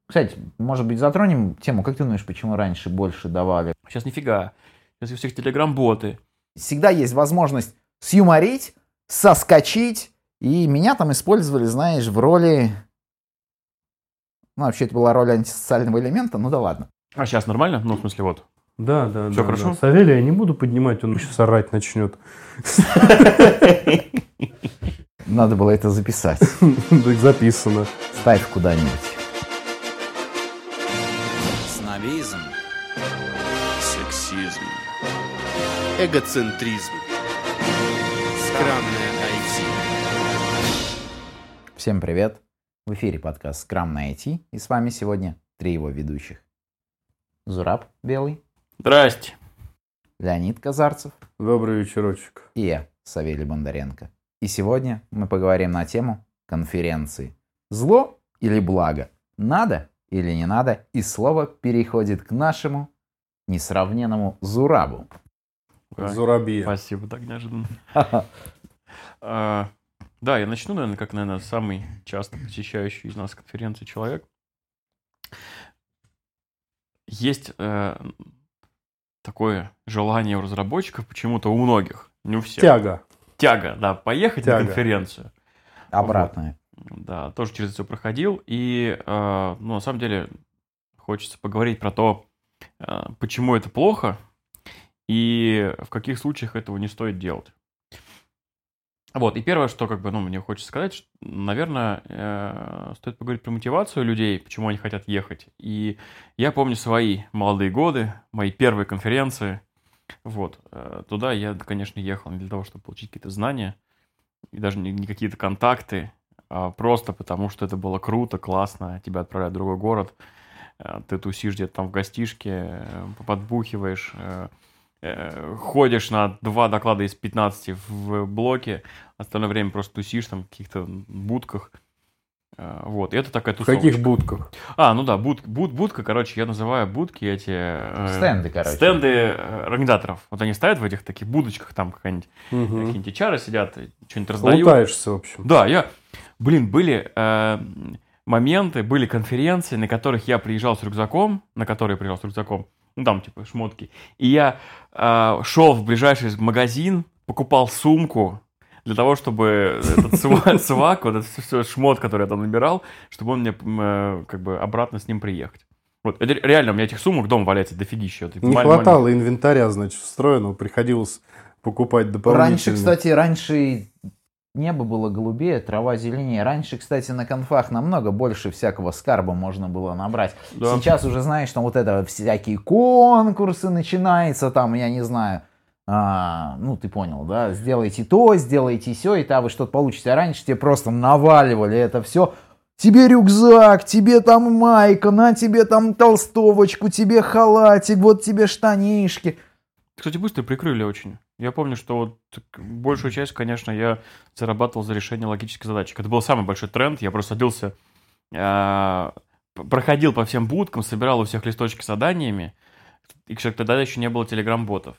Кстати, может быть, затронем тему, как ты думаешь, почему раньше больше давали? Сейчас нифига. Сейчас у всех телеграм-боты. Всегда есть возможность сюморить, соскочить, и меня там использовали, знаешь, в роли... Ну, вообще, это была роль антисоциального элемента, ну да ладно. А сейчас нормально? Ну, в смысле, вот. Да. Всё хорошо? Да. Савелия я не буду поднимать, он сейчас орать начнет. Надо было это записать. Так записано. Ставь куда-нибудь. Снобизм, Сексизм. Эгоцентризм. Скромное IT. Всем привет. В эфире подкаст «Скромное IT», и с вами сегодня 3 его ведущих. Зураб Белый, Здрасте. Леонид Казарцев Добрый вечерочек. и я, Савелий Бондаренко. И сегодня мы поговорим на тему конференции. Зло или благо? Надо или не надо? И слово переходит к нашему несравненному Зурабу. Зурабия. Спасибо, так неожиданно. Да, я начну, наверное, как, самый часто посещающий из нас конференции человек. Есть такое желание у разработчиков, почему-то у многих, не у всех. Тяга, да, поехать на конференцию. Обратное. Вот. Да, тоже через это все проходил. И, на самом деле, хочется поговорить про то, почему это плохо и в каких случаях этого не стоит делать. Вот, и первое, что мне хочется сказать, что, наверное, стоит поговорить про мотивацию людей, почему они хотят ехать. И я помню свои молодые годы, мои первые конференции. Вот, туда я, конечно, ехал не для того, чтобы получить какие-то знания, и даже не какие-то контакты, а просто потому, что это было круто, классно, тебя отправляют в другой город, ты тусишь где-то там в гостишке, подбухиваешь, ходишь на 2 доклада из 15 в блоке, остальное время просто тусишь там в каких-то будках. Вот, и это такая В тусовочка. каких будках? Будка, короче, я называю будки эти... Стенды, короче. Стенды организаторов. Вот они стоят в этих таких будочках, там какие-нибудь HR сидят, что-нибудь раздают. Лутаешься, в общем. Да, были моменты, были конференции, на которые я приезжал с рюкзаком, ну, там, типа, шмотки, и я шел в ближайший магазин, покупал сумку для того, чтобы этот свак, вот этот все шмот, который я там набирал, чтобы он мне, обратно с ним приехать. Вот, это реально, у меня этих сумок дома валяется дофигища. Вот, Не хватало инвентаря, значит, встроенного, приходилось покупать дополнительно. Раньше небо было голубее, трава зеленее. Раньше, кстати, на конфах намного больше всякого скарба можно было набрать. Да. Сейчас уже, знаешь, там вот это всякие конкурсы начинаются, там, я не знаю, ты понял, да, сделайте то, сделайте сё, и там вы что-то получите. А раньше тебе просто наваливали это все. Тебе рюкзак, тебе там майка, на тебе там толстовочку, тебе халатик, вот тебе штанишки. Кстати, быстро прикрыли очень. Я помню, что вот большую часть, конечно, я зарабатывал за решение логических задачек. Это был самый большой тренд. Я просто садился, проходил по всем будкам, собирал у всех листочки с заданиями. И тогда еще не было телеграм-ботов.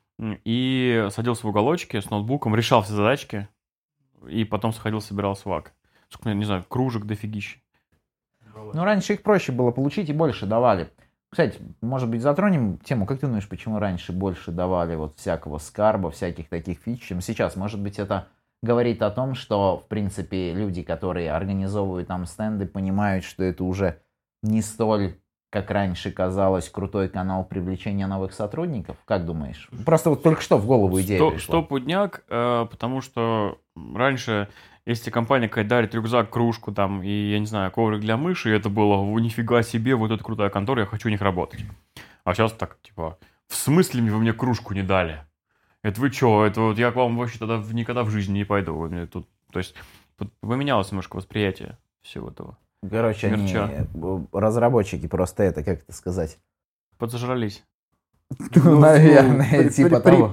И садился в уголочке с ноутбуком, решал все задачки. И потом сходил, собирал свак. Сколько, не знаю, кружек дофигища. Ну, раньше их проще было получить и больше давали. Кстати, может быть, затронем тему, как ты думаешь, почему раньше больше давали вот всякого скарба, всяких таких фич, чем сейчас? Может быть, это говорит о том, что, в принципе, люди, которые организовывают там стенды, понимают, что это уже не столь, как раньше казалось, крутой канал привлечения новых сотрудников? Как думаешь? Просто вот только что в голову идея пришла. Стопудняк, потому что раньше... Если компания какая-то дарит рюкзак, кружку там, и, я не знаю, коврик для мыши, это было, нифига себе, вот это крутая контора, я хочу у них работать. А сейчас так, типа, в смысле вы мне кружку не дали? Это вы что? Это вот я к вам вообще тогда никогда в жизни не пойду. Вы мне тут... То есть поменялось немножко восприятие всего этого. Короче, разработчики просто это, как это сказать? Подзажрались. Наверное, типа того.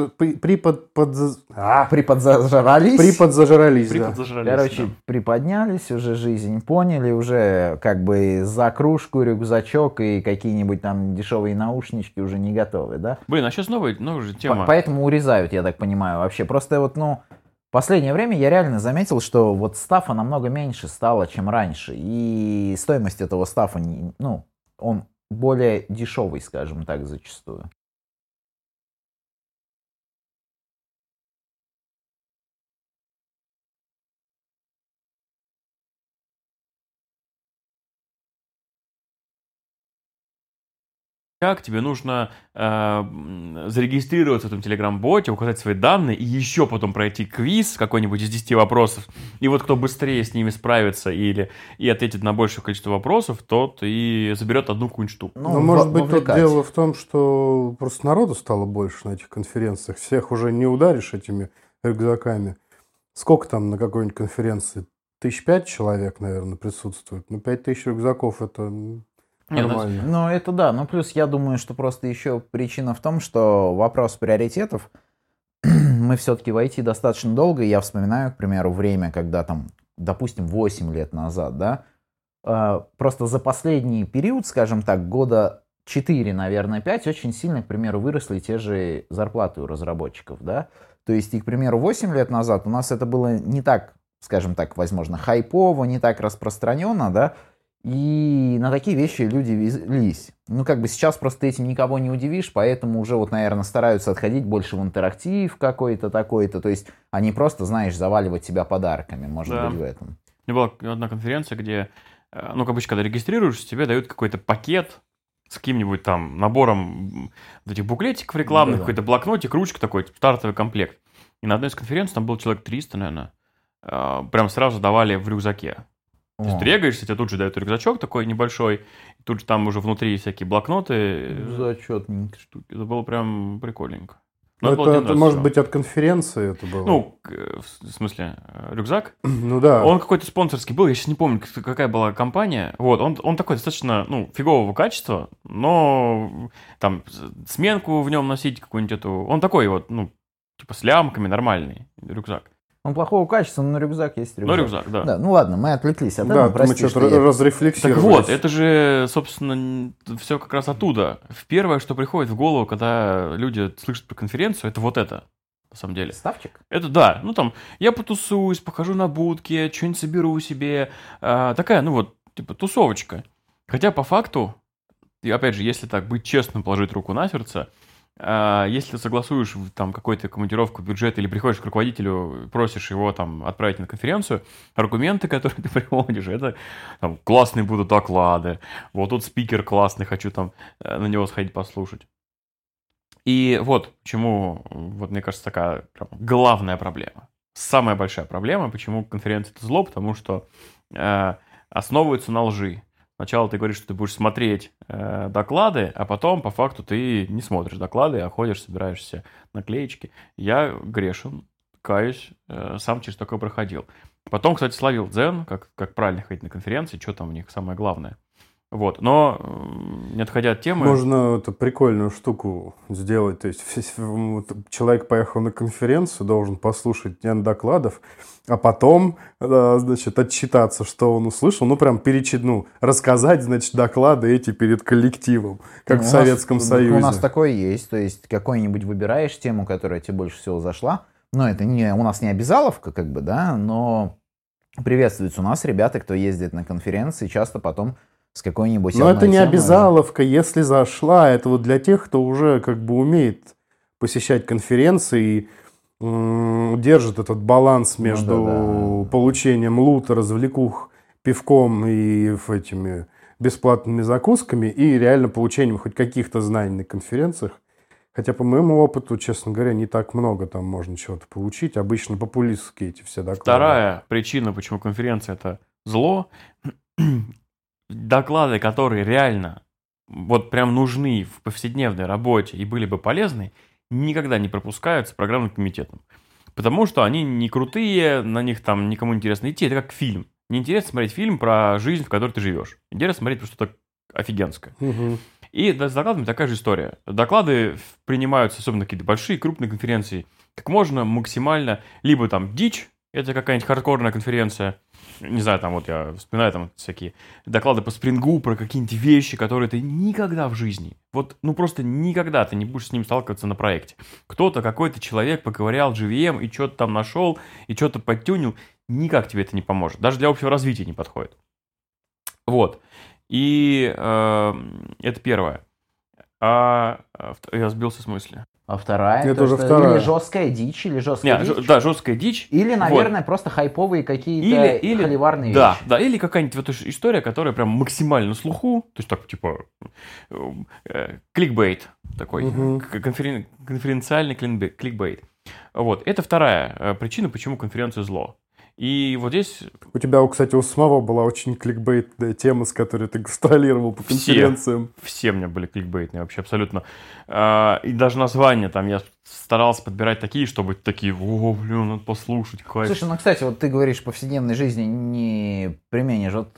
Приподзажрались. Короче, приподнялись, уже жизнь поняли, уже как бы за кружку, рюкзачок и какие-нибудь там дешевые наушнички уже не готовы, да? Блин, а сейчас новая же тема. Поэтому урезают, я так понимаю, вообще. Просто вот, В последнее время я реально заметил, что вот стаффа намного меньше стало, чем раньше. И стоимость этого стаффа, ну, он более дешевый, скажем так, зачастую. Как тебе нужно зарегистрироваться в этом Telegram-боте, указать свои данные и еще потом пройти квиз какой-нибудь из 10 вопросов. И вот кто быстрее с ними справится и ответит на большее количество вопросов, тот и заберет одну какую-нибудь штуку. Ну, может быть, тут дело в том, что просто народу стало больше на этих конференциях. Всех уже не ударишь этими рюкзаками. Сколько там на какой-нибудь конференции? 5,000 человек, наверное, присутствует. Ну, 5000 рюкзаков – это... Нормально. Ну, это да. Ну, плюс я думаю, что просто еще причина в том, что вопрос приоритетов. Мы все-таки в IT достаточно долго, и я вспоминаю, к примеру, время, когда там, допустим, 8 лет назад, да, просто за последний период, скажем так, года 4, наверное, 5, очень сильно, к примеру, выросли те же зарплаты у разработчиков, да. То есть, и, к примеру, 8 лет назад у нас это было не так, скажем так, возможно, хайпово, не так распространенно, да. И на такие вещи люди везлись. Ну, как бы сейчас просто ты этим никого не удивишь, поэтому уже вот, наверное, стараются отходить больше в интерактив какой-то такой-то. То есть они просто, знаешь, заваливать тебя подарками, может быть, в этом. У меня была одна конференция, где, ну, как обычно, когда регистрируешься, тебе дают какой-то пакет с каким-нибудь там набором вот этих буклетиков рекламных, какой-то блокнотик, ручка такой, стартовый комплект. И на одной из конференций там было человек 300, наверное, прям сразу давали в рюкзаке. То есть ты регаешься, тебе тут же дают рюкзачок такой небольшой, тут же там уже внутри всякие блокноты. Зачетненько. Штуки. Это было прям прикольненько. Но это может быть, от конференции это было? Ну, в смысле, рюкзак? Ну да. Он какой-то спонсорский был, я сейчас не помню, какая была компания. Вот, он такой достаточно, ну, фигового качества, но там сменку в нем носить какую-нибудь эту... Он такой вот, ну, типа с лямками, нормальный рюкзак. Он плохого качества, но рюкзак есть рюкзак. Ну, рюкзак, да. Да. Ну ладно, мы отвлеклись от да, этого, прости, мы что-то разрефлексировали. Так вот, это же, собственно, все как раз оттуда. Первое, что приходит в голову, когда люди слышат про конференцию, это вот это, на самом деле. Ставчик? Это да, ну там, я потусуюсь, похожу на будке, что-нибудь соберу себе. Такая, ну вот, типа, тусовочка. Хотя по факту, и опять же, если так быть честным, положить руку на сердце, если ты согласуешь там какую-то командировку, бюджет, или приходишь к руководителю, просишь его там отправить на конференцию, аргументы, которые ты приводишь, это там, классные будут доклады, вот тут спикер классный, хочу там на него сходить послушать. И вот почему, вот мне кажется, такая главная проблема. Самая большая проблема, почему конференция это зло, потому что основывается на лжи. Сначала ты говоришь, что ты будешь смотреть доклады, а потом, по факту, ты не смотришь доклады, а ходишь, собираешься наклеечки. Я грешен, каюсь, сам через такое проходил. Потом, кстати, словил дзен, как правильно ходить на конференции, что там у них самое главное. Вот, но не отходя от темы... Можно эту прикольную штуку сделать. То есть человек поехал на конференцию, должен послушать N докладов, а потом, значит, отчитаться, что он услышал. Ну, прям рассказать, значит, доклады эти перед коллективом, как в Советском Союзе. У нас такое есть. То есть какой-нибудь выбираешь тему, которая тебе больше всего зашла. Но это у нас не обязаловка, как бы, да, но приветствуются у нас ребята, кто ездит на конференции, часто потом с какой-нибудь... Но это не обязаловка, если зашла. Это вот для тех, кто уже как бы умеет посещать конференции и держит этот баланс между получением лута, развлекух, пивком и этими бесплатными закусками и реально получением хоть каких-то знаний на конференциях. Хотя, по моему опыту, честно говоря, не так много там можно чего-то получить. Обычно популистские эти все доклады. Вторая причина, почему конференция это зло... Доклады, которые реально вот прям нужны в повседневной работе и были бы полезны, никогда не пропускаются программным комитетом. Потому что они не крутые, на них там никому не интересно идти. Это как фильм. Неинтересно смотреть фильм про жизнь, в которой ты живешь. Интересно смотреть про что-то офигенское. Угу. И с докладами такая же история. Доклады принимаются, особенно какие-то большие, крупные конференции, как можно максимально либо там дичь, это какая-нибудь хардкорная конференция, не знаю, там вот я вспоминаю там всякие доклады по спрингу, про какие-нибудь вещи, которые ты никогда в жизни, вот, ну просто никогда ты не будешь с ним сталкиваться на проекте. Кто-то, какой-то человек поковырял JVM и что-то там нашел, и что-то подтюнил, никак тебе это не поможет. Даже для общего развития не подходит. Вот. И это первое. Я сбился с мысли. А вторая? Это уже вторая. Или жесткая дичь, дичь. Да, жесткая дичь. Или, наверное, просто хайповые какие-то холиварные вещи. Да, или какая-нибудь вот история, которая прям максимально на слуху, то есть так, типа, кликбейт такой, конференциальный кликбейт. Вот, это вторая причина, почему конференция зло. И вот здесь... У тебя, кстати, у самого была очень кликбейтная тема, с которой ты гастролировал по конференциям. Все у меня были кликбейтные вообще, абсолютно. И даже названия там я старался подбирать такие, чтобы такие, надо послушать. Кайф. Слушай, ну, кстати, вот ты говоришь, в повседневной жизни не применишь. Вот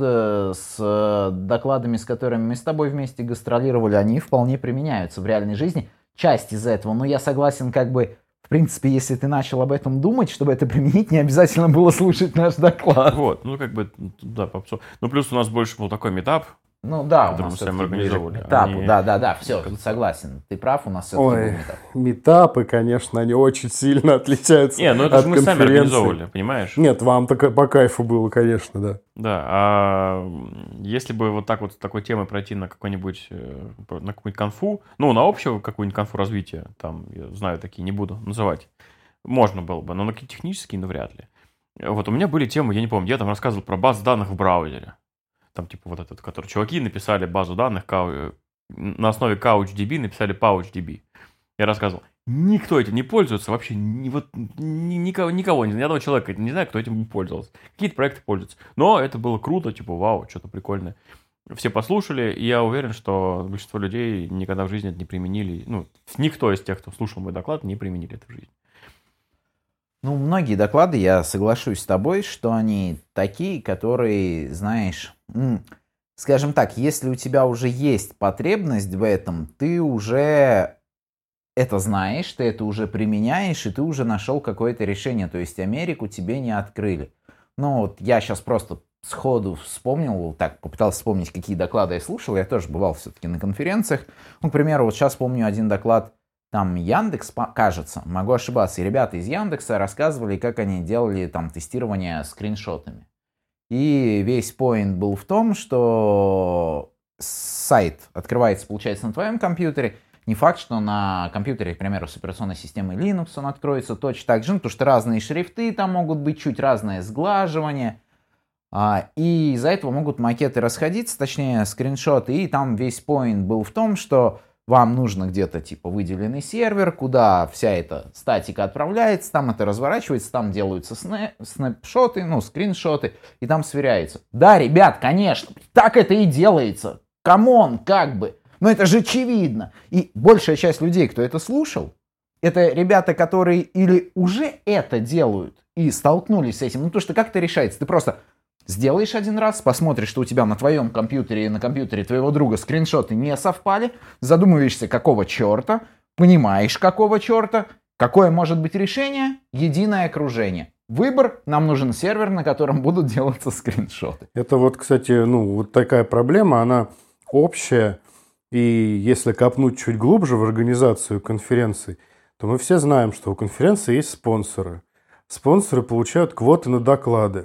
с докладами, с которыми мы с тобой вместе гастролировали, они вполне применяются в реальной жизни. Часть из этого, но я согласен, как бы, в принципе, если ты начал об этом думать, чтобы это применить, не обязательно было слушать наш доклад. Вот, ну как бы, да, попсу. Ну плюс у нас больше был такой митап. Ну да, который мы сами организовывали. Митапу, да, все, тут согласен. Ты прав, у нас все-таки был митап. Митапы, конечно, они очень сильно отличаются. Не, ну это же мы сами организовывали, понимаешь? Нет, вам по кайфу было, конечно, да. Да, а если бы вот так вот с такой темой пройти на какую-нибудь конфу, ну, на общую какую-нибудь конфу развития, там, я знаю, такие не буду называть, можно было бы, но на какие технические, ну, вряд ли. Вот у меня были темы, я не помню, я там рассказывал про базу данных в браузере. Там, типа, вот этот, который чуваки написали базу данных на основе CouchDB, написали PouchDB. Я рассказывал. Никто этим не пользуется вообще, никого, ни одного человека не знаю, кто этим пользовался. Какие-то проекты пользуются. Но это было круто, типа, вау, что-то прикольное. Все послушали, и я уверен, что большинство людей никогда в жизни это не применили. Ну, никто из тех, кто слушал мой доклад, не применили это в жизни. Ну, многие доклады, я соглашусь с тобой, что они такие, которые, знаешь, скажем так, если у тебя уже есть потребность в этом, ты уже это знаешь, ты это уже применяешь, и ты уже нашел какое-то решение. То есть Америку тебе не открыли. Ну, вот я сейчас просто сходу вспомнил, так попытался вспомнить, какие доклады я слушал. Я тоже бывал все-таки на конференциях. Ну, к примеру, вот сейчас помню один доклад. Там Яндекс, кажется, могу ошибаться, и ребята из Яндекса рассказывали, как они делали там тестирование скриншотами. И весь поинт был в том, что сайт открывается, получается, на твоем компьютере. Не факт, что на компьютере, к примеру, с операционной системой Linux он откроется точно так же, потому что разные шрифты там могут быть, чуть разное сглаживание. И из-за этого могут макеты расходиться, точнее скриншоты. И там весь поинт был в том, что вам нужно где-то типа выделенный сервер, куда вся эта статика отправляется, там это разворачивается, там делаются снапшоты, ну, скриншоты, и там сверяется. Да, ребят, конечно, так это и делается. Камон, как бы. Но это же очевидно. И большая часть людей, кто это слушал, это ребята, которые или уже это делают и столкнулись с этим. Ну, то, что как это решается? Ты просто сделаешь один раз, посмотришь, что у тебя на твоем компьютере и на компьютере твоего друга скриншоты не совпали, задумываешься, какого черта, понимаешь, какого черта, какое может быть решение, единое окружение. Выбор, нам нужен сервер, на котором будут делаться скриншоты. Это вот, кстати, ну, вот такая проблема, она общая, и если копнуть чуть глубже в организацию конференций, то мы все знаем, что у конференции есть спонсоры. Спонсоры получают квоты на доклады.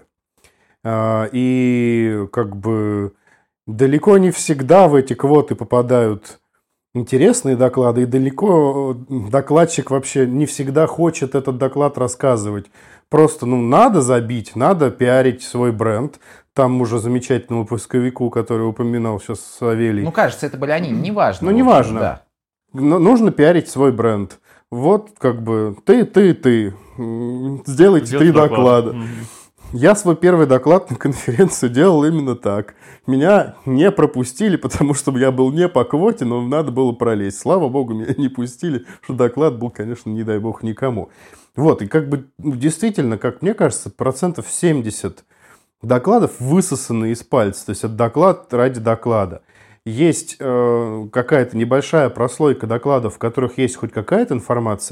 И как бы далеко не всегда в эти квоты попадают интересные доклады, и далеко докладчик вообще не всегда хочет этот доклад рассказывать. Просто, ну, надо забить, надо пиарить свой бренд. Там уже замечательному поисковику, который упоминал сейчас Савелий. Ну, кажется, это были они, неважно. Ну, неважно. Да. Нужно пиарить свой бренд. Вот, как бы, ты. Сделайте 3 доклада. Я свой первый доклад на конференцию делал именно так. Меня не пропустили, потому что я был не по квоте, но надо было пролезть. Слава богу, меня не пустили, что доклад был, конечно, не дай бог никому. Вот, и как бы действительно, как мне кажется, 70% докладов высосаны из пальца. То есть это доклад ради доклада. Есть какая-то небольшая прослойка докладов, в которых есть хоть какая-то информация,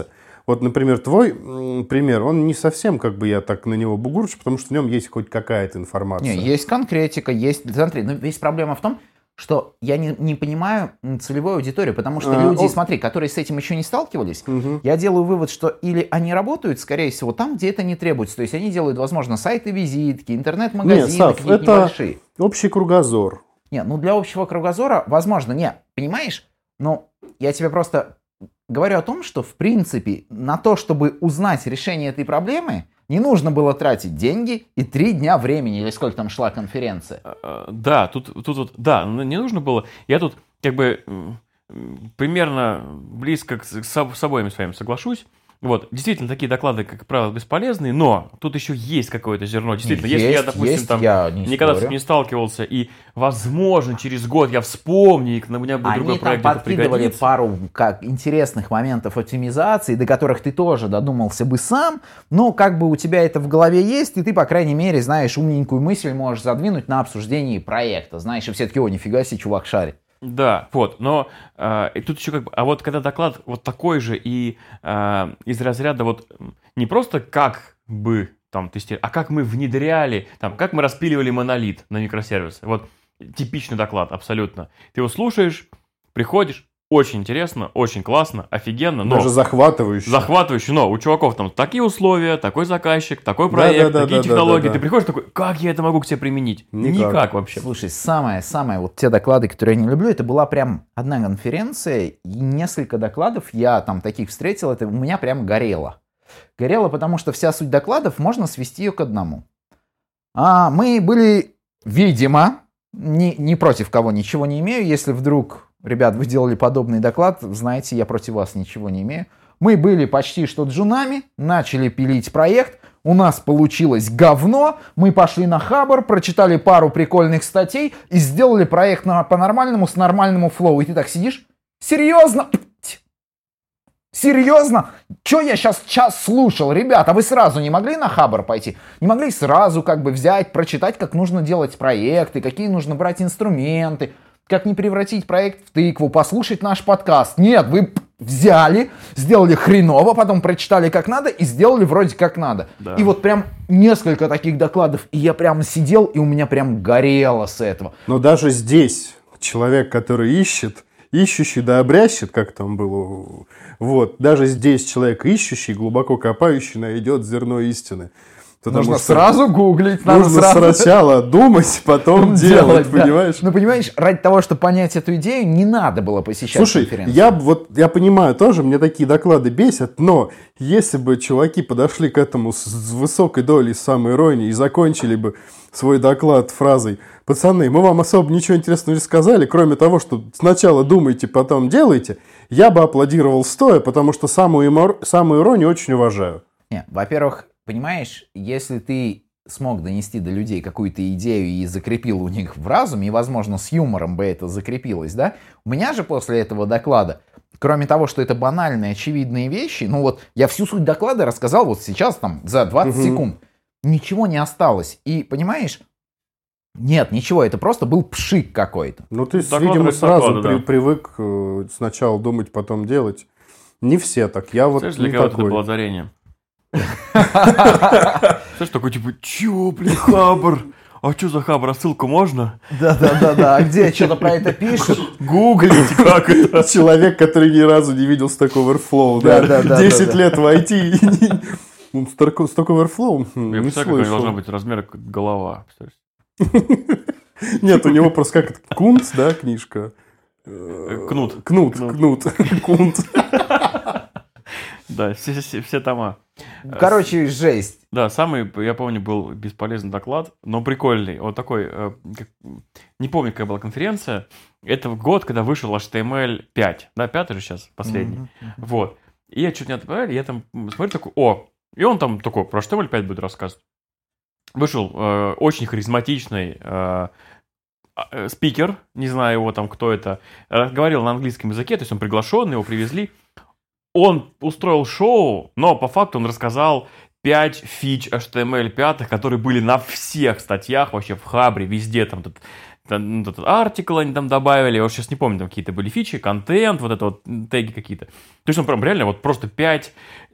Вот, например, твой пример, он не совсем, как бы я так на него бугурчу, потому что в нем есть хоть какая-то информация. Не, есть конкретика, есть... Смотри, но весь проблема в том, что я не понимаю целевую аудиторию, потому что люди, смотри, которые с этим еще не сталкивались, я делаю вывод, что или они работают, скорее всего, там, где это не требуется. То есть они делают, возможно, сайты-визитки, интернет-магазины какие-то небольшие. Общий кругозор. Не, ну для общего кругозора, возможно, не, понимаешь? Но я тебе просто говорю о том, что, в принципе, на то, чтобы узнать решение этой проблемы, не нужно было тратить деньги и 3 дня времени, или сколько там шла конференция. Да, тут да, не нужно было. Я тут как бы примерно близко с обоими с вами соглашусь. Вот, действительно, такие доклады, как правило, бесполезные, но тут еще есть какое-то зерно. Действительно, если я, допустим, там никогда с этим не сталкивался, и, возможно, через год я вспомню, и на меня будет другой проект, где-то пригодится. Они там подкидывали пару интересных моментов оптимизации, до которых ты тоже додумался бы сам, но как бы у тебя это в голове есть, и ты, по крайней мере, знаешь, умненькую мысль можешь задвинуть на обсуждении проекта. Знаешь, и все таки, нифига себе, чувак шарит. Да, вот, но и тут еще как бы, а вот когда доклад вот такой же и из разряда вот не просто как бы там тестировали, а как мы внедряли, там, как мы распиливали монолит на микросервисы, вот типичный доклад абсолютно. Ты его слушаешь, приходишь, очень интересно, очень классно, офигенно, но... Даже захватывающе. Захватывающе, но у чуваков там такие условия, такой заказчик, такой проект, такие технологии. Ты приходишь такой, как я это могу к себе применить? Никак вообще. Слушай, самое, вот те доклады, которые я не люблю, это была прям одна конференция, и несколько докладов я там таких встретил, это у меня прям горело. Горело, потому что вся суть докладов, можно свести ее к одному. Мы были, видимо, не против кого ничего не имею, если вдруг... Ребят, вы делали подобный доклад, знаете, я против вас ничего не имею. Мы были почти что джунами, начали пилить проект, у нас получилось говно, мы пошли на Хабр, прочитали пару прикольных статей и сделали проект по-нормальному, с нормальному флоу. И ты так сидишь? Серьезно? Серьезно? Че я сейчас час слушал? Ребята, вы сразу не могли на Хабр пойти? Не могли сразу как бы взять, прочитать, как нужно делать проекты, какие нужно брать инструменты? Как не превратить проект в тыкву, послушать наш подкаст. Нет, вы взяли, сделали хреново, потом прочитали как надо и сделали вроде как надо. Да. И вот прям несколько таких докладов, и я прям сидел, и у меня прям горело с этого. Но даже здесь человек, который ищет, ищущий да обрящет, как там было, вот, даже здесь человек ищущий, глубоко копающий найдет зерно истины. Нужно сразу гуглить. Нужно сначала думать, потом делать, понимаешь? Ну, понимаешь, ради того, чтобы понять эту идею, не надо было посещать конференцию. Слушай, я понимаю тоже, мне такие доклады бесят, но если бы чуваки подошли к этому с высокой долей самоиронии и закончили бы свой доклад фразой: пацаны, мы вам особо ничего интересного не сказали, кроме того, что сначала думайте, потом делайте, я бы аплодировал стоя, потому что самую иронию очень уважаю. Не, во-первых, понимаешь, если ты смог донести до людей какую-то идею и закрепил у них в разуме, и, возможно, с юмором бы это закрепилось, да? У меня же после этого доклада, кроме того, что это банальные, очевидные вещи, ну вот я всю суть доклада рассказал вот сейчас там за 20 секунд. Ничего не осталось. И, понимаешь, нет, ничего, это просто был пшик какой-то. Ну, ты, видимо, сразу привык сначала думать, потом делать. Не все так, я вот знаешь, не для кого-то такой. Это было озарение. Знаешь, такой типа, чё, блин, Хабр? А что за Хабр? А ссылку можно? Да. А где что-то про это пишут? Гуглите, как это? Человек, который ни разу не видел Stack Overflow. Да. 10 лет в IT. Stack Overflow? Я представляю, какой должна быть размер, как голова. Нет, у него просто как это, Кунц, да, книжка? Кнут. Кунт. Да, все тома. Короче, жесть. Да, самый, я помню, был бесполезный доклад, но прикольный. Вот такой, не помню, какая была конференция. Это год, когда вышел HTML 5. Да, 5 же сейчас, последний. Вот. И я чуть не отправил, я там смотрю такой, и он там такой, про HTML 5 будет рассказывать. Вышел очень харизматичный спикер, не знаю его там, кто это, говорил на английском языке, то есть он приглашенный, его привезли. Он устроил шоу, но по факту он рассказал 5 фич HTML5, которые были на всех статьях, вообще в Хабре, везде, там этот артикл они там добавили, я сейчас не помню, там какие-то были фичи, контент, вот это вот теги какие-то. То есть он прям реально вот просто 5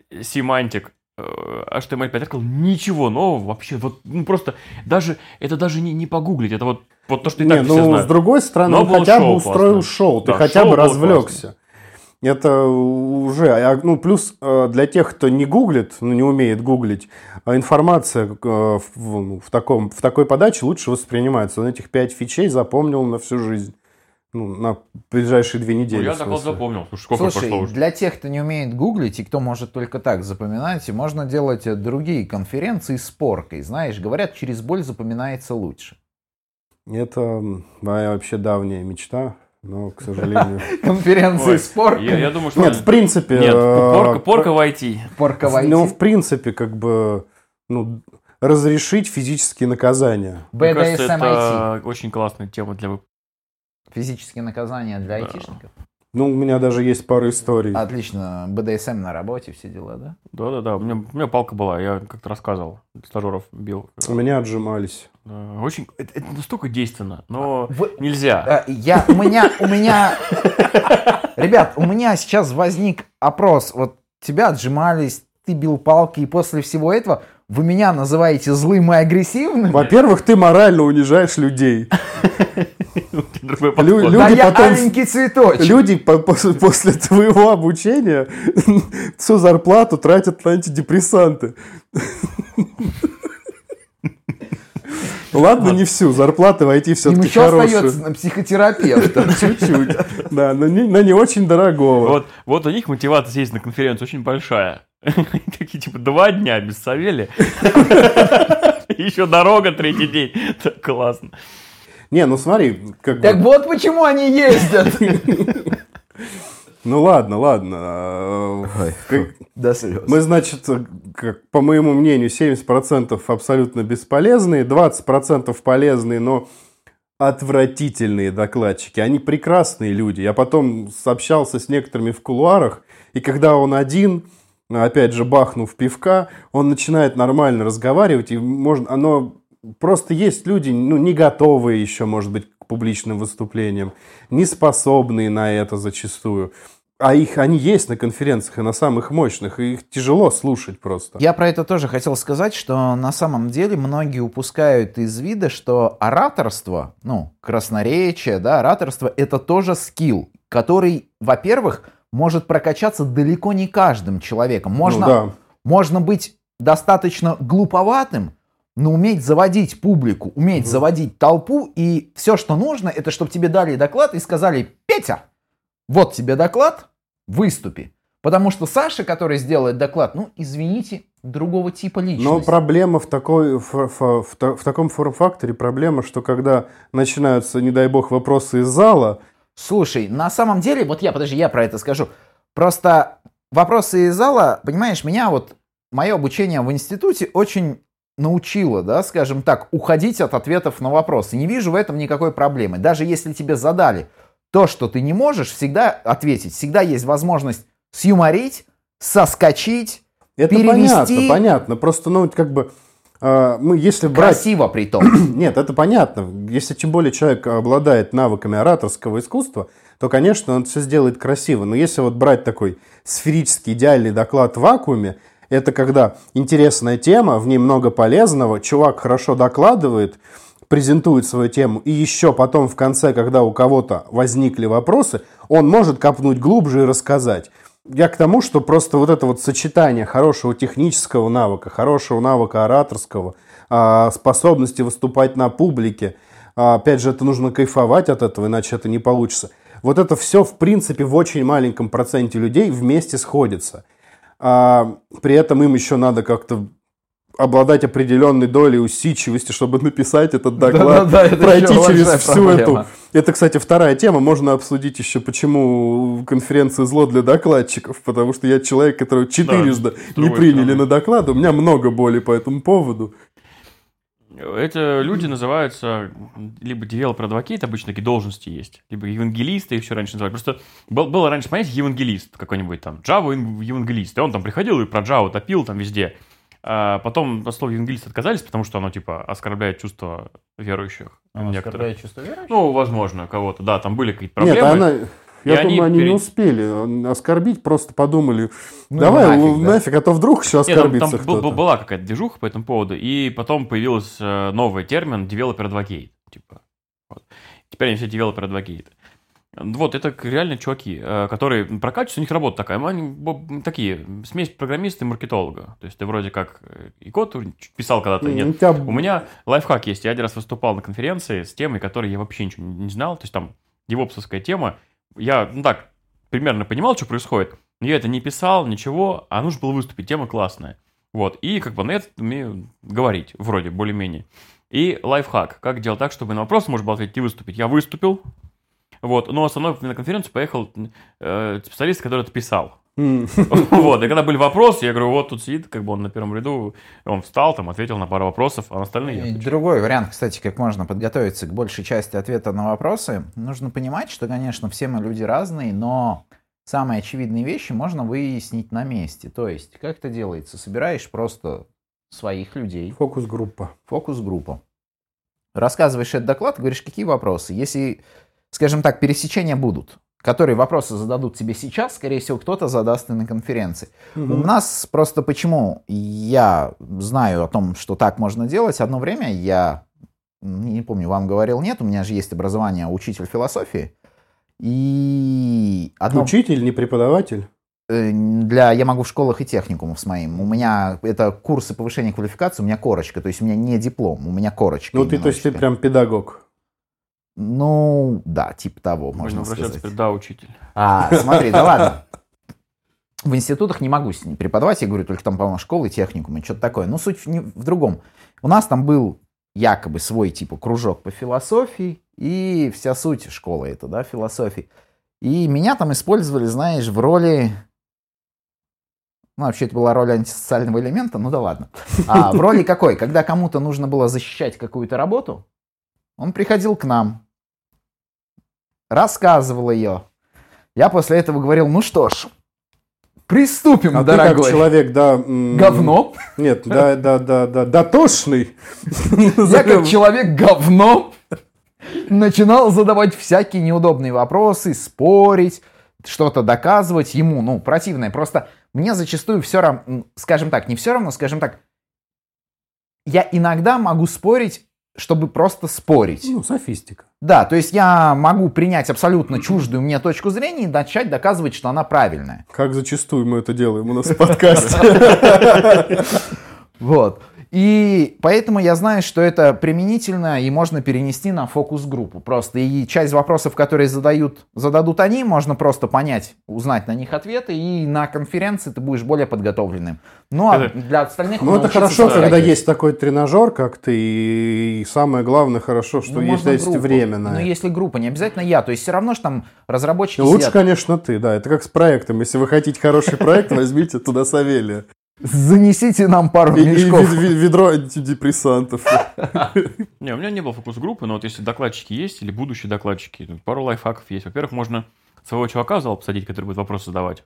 семантик, HTML5 рассказал ничего нового вообще. Вот, ну, просто это даже не погуглить. Это вот то, что и так все знают. С другой стороны, он хотя бы устроил шоу. Ты хотя бы развлекся. Это уже, ну, плюс для тех, кто не гуглит, ну, не умеет гуглить, информация в такой подаче лучше воспринимается. Он этих 5 фичей запомнил на всю жизнь. Ну, на ближайшие 2 недели. Ну, я так вот запомнил. Слушай, для тех, кто не умеет гуглить и кто может только так запоминать, можно делать другие конференции с поркой. Знаешь, говорят, через боль запоминается лучше. Это моя вообще давняя мечта. Но, к сожалению... Конференции с поркой? Я думаю, что... Нет, в принципе... Нет, порка в IT. Порка в IT? Ну, в принципе, как бы... Ну, разрешить физические наказания. Мне кажется, это очень классная тема для выпуска. Физические наказания для айтишников? Ну, у меня даже есть пару историй. Отлично. БДСМ на работе, все дела, да? Да. У меня палка была, я как-то рассказывал. Стажеров бил. У меня отжимались. Очень... Это настолько действенно, но нельзя. У меня... Ребят, у меня сейчас возник опрос. Вот тебя отжимались, ты бил палки, и после всего этого вы меня называете злым и агрессивным? Во-первых, ты морально унижаешь людей. Аленький цветочек. Люди после твоего обучения всю зарплату тратят на антидепрессанты. Ладно, не всю. Зарплаты в IT все-таки хорошие. Им еще остается на психотерапевта. Чуть-чуть. Да, но не очень дорогого. Вот у них мотивация съездить на конференцию очень большая. Такие, типа, 2 дня без Савелия. Еще дорога 3-й день. Так классно. Не, ну смотри. Так вот почему они ездят. Ну ладно. Мы, значит, по моему мнению, 70% абсолютно бесполезные, 20% полезные, но отвратительные докладчики. Они прекрасные люди. Я потом общался с некоторыми в кулуарах, и когда он один, опять же, бахнув пивка, он начинает нормально разговаривать, и просто есть люди, ну, не готовые еще, может быть, к публичным выступлениям, не способные на это зачастую. А они есть на конференциях и на самых мощных, и их тяжело слушать просто. Я про это тоже хотел сказать, что на самом деле многие упускают из вида, что ораторство, ну, красноречие, да, ораторство — это тоже скилл, который, во-первых, может прокачаться далеко не каждым человеком. Можно быть достаточно глуповатым, но уметь заводить публику, уметь заводить толпу, и все, что нужно, это чтобы тебе дали доклад и сказали: Петя, вот тебе доклад, выступи. Потому что Саша, который сделает доклад, ну, извините, другого типа личности. Но проблема в таком форм-факторе, проблема, что когда начинаются, не дай бог, вопросы из зала... Слушай, на самом деле, я про это скажу. Просто вопросы из зала, понимаешь, мое обучение в институте очень научило, да, скажем так, уходить от ответов на вопросы. Не вижу в этом никакой проблемы. Даже если тебе задали то, что ты не можешь всегда ответить, всегда есть возможность сюморить, соскочить, это перевести. Понятно. Просто, если брать... Красиво при том. Нет, это понятно. Если тем более человек обладает навыками ораторского искусства, то, конечно, он все сделает красиво. Но если вот брать такой сферический идеальный доклад в вакууме, это когда интересная тема, в ней много полезного, чувак хорошо докладывает, презентует свою тему, и еще потом в конце, когда у кого-то возникли вопросы, он может копнуть глубже и рассказать. Я к тому, что просто вот это вот сочетание хорошего технического навыка, хорошего навыка ораторского, способности выступать на публике, опять же, это нужно кайфовать от этого, иначе это не получится. Вот это все, в принципе, в очень маленьком проценте людей вместе сходится. При этом им еще надо как-то обладать определенной долей усидчивости, чтобы написать этот доклад, пройти через всю эту... Это, кстати, вторая тема. Можно обсудить еще, почему конференция зло для докладчиков. Потому что я человек, которого 4 не приняли на доклад. У меня много боли по этому поводу. Это люди называются либо developer-advocate, обычно такие должности есть, либо евангелисты, их еще раньше называли. Просто было раньше понятие евангелист какой-нибудь там, Java евангелист. И он там приходил и про Java топил там везде. А потом от слова евангелист отказались, потому что оно типа оскорбляет чувства верующих. Оскорбляет чувства верующих? Ну, возможно, кого-то. Да, там были какие-то проблемы. Я думаю, они не успели оскорбить, просто подумали, давай нафиг, а то вдруг еще оскорбится кто-то. Была какая-то движуха по этому поводу, и потом появился новый термин developer advocate. Типа, вот. Теперь они все developer advocate. Вот, это реально чуваки, которые прокачиваются, у них работа такая, они такие, смесь программиста и маркетолога. То есть ты вроде как и код писал когда-то, нет. У меня лайфхак есть, я один раз выступал на конференции с темой, которой я вообще ничего не знал, то есть там девопсовская тема, я, так, примерно понимал, что происходит, но я это не писал, ничего, а нужно было выступить, тема классная. Вот, и как бы на это умею говорить, вроде, более-менее. И лайфхак, как делать так, чтобы на вопрос можно было ответить и выступить. Я выступил. Вот, но со мной на конференцию поехал специалист, который это писал. Вот, и когда были вопросы, я говорю, вот тут сидит, как бы он на первом ряду, он встал, там, ответил на пару вопросов, а на остальные... Другой вариант, кстати, как можно подготовиться к большей части ответа на вопросы. Нужно понимать, что, конечно, все мы люди разные, но самые очевидные вещи можно выяснить на месте. То есть, как это делается? Собираешь просто своих людей. Фокус-группа. Фокус-группа. Рассказываешь этот доклад, говоришь, какие вопросы. Если... Скажем так, пересечения будут, которые вопросы зададут тебе сейчас, скорее всего, кто-то задаст и на конференции. У нас просто почему я знаю о том, что так можно делать, одно время я, не помню, вам говорил, нет, у меня же есть образование учитель философии. И Учитель, не преподаватель? Я могу в школах и техникумах с моим. У меня это курсы повышения квалификации, у меня корочка, то есть у меня не диплом, у меня корочка. Ну, то есть ты прям педагог. Ну, да, типа того, можно сказать. Теперь, да, учитель. Смотри, да ладно. В институтах не могу с ним преподавать, я говорю, только там, по-моему, школы, техникумы, что-то такое. Но суть в другом. У нас там был якобы свой, типа, кружок по философии, и вся суть школы это, да, философии. И меня там использовали, знаешь, в роли... Ну, вообще, это была роль антисоциального элемента, ну да ладно. В роли какой? Когда кому-то нужно было защищать какую-то работу, он приходил к нам, рассказывал ее. Я после этого говорил, ну что ж, приступим, дорогой. Ты как человек, да... Говно? Нет, дотошный. Я как человек говно начинал задавать всякие неудобные вопросы, спорить, что-то доказывать ему, ну, противное. Просто мне зачастую все равно, скажем так, не все равно, скажем так, я иногда могу спорить, чтобы просто спорить. Ну, софистика. Да, то есть я могу принять абсолютно чуждую мне точку зрения и начать доказывать, что она правильная. Как зачастую мы это делаем у нас в подкасте. Вот. И поэтому я знаю, что это применительно и можно перенести на фокус-группу. Просто и часть вопросов, которые зададут они, можно просто понять, узнать на них ответы, и на конференции ты будешь более подготовленным. Ну, а для остальных... Ну, это хорошо, когда есть такой тренажер, как ты, и самое главное, хорошо, что есть время на это. Ну, если группа, не обязательно я, то есть все равно, что там разработчики лучше, сидят... конечно, ты, да, это как с проектом. Если вы хотите хороший проект, возьмите туда Савелия. Занесите нам пару мешков. И ведро антидепрессантов. Не, у меня не было фокус-группы, но вот если докладчики есть, или будущие докладчики, пару лайфхаков есть. Во-первых, можно своего чувака в зал посадить, который будет вопросы задавать.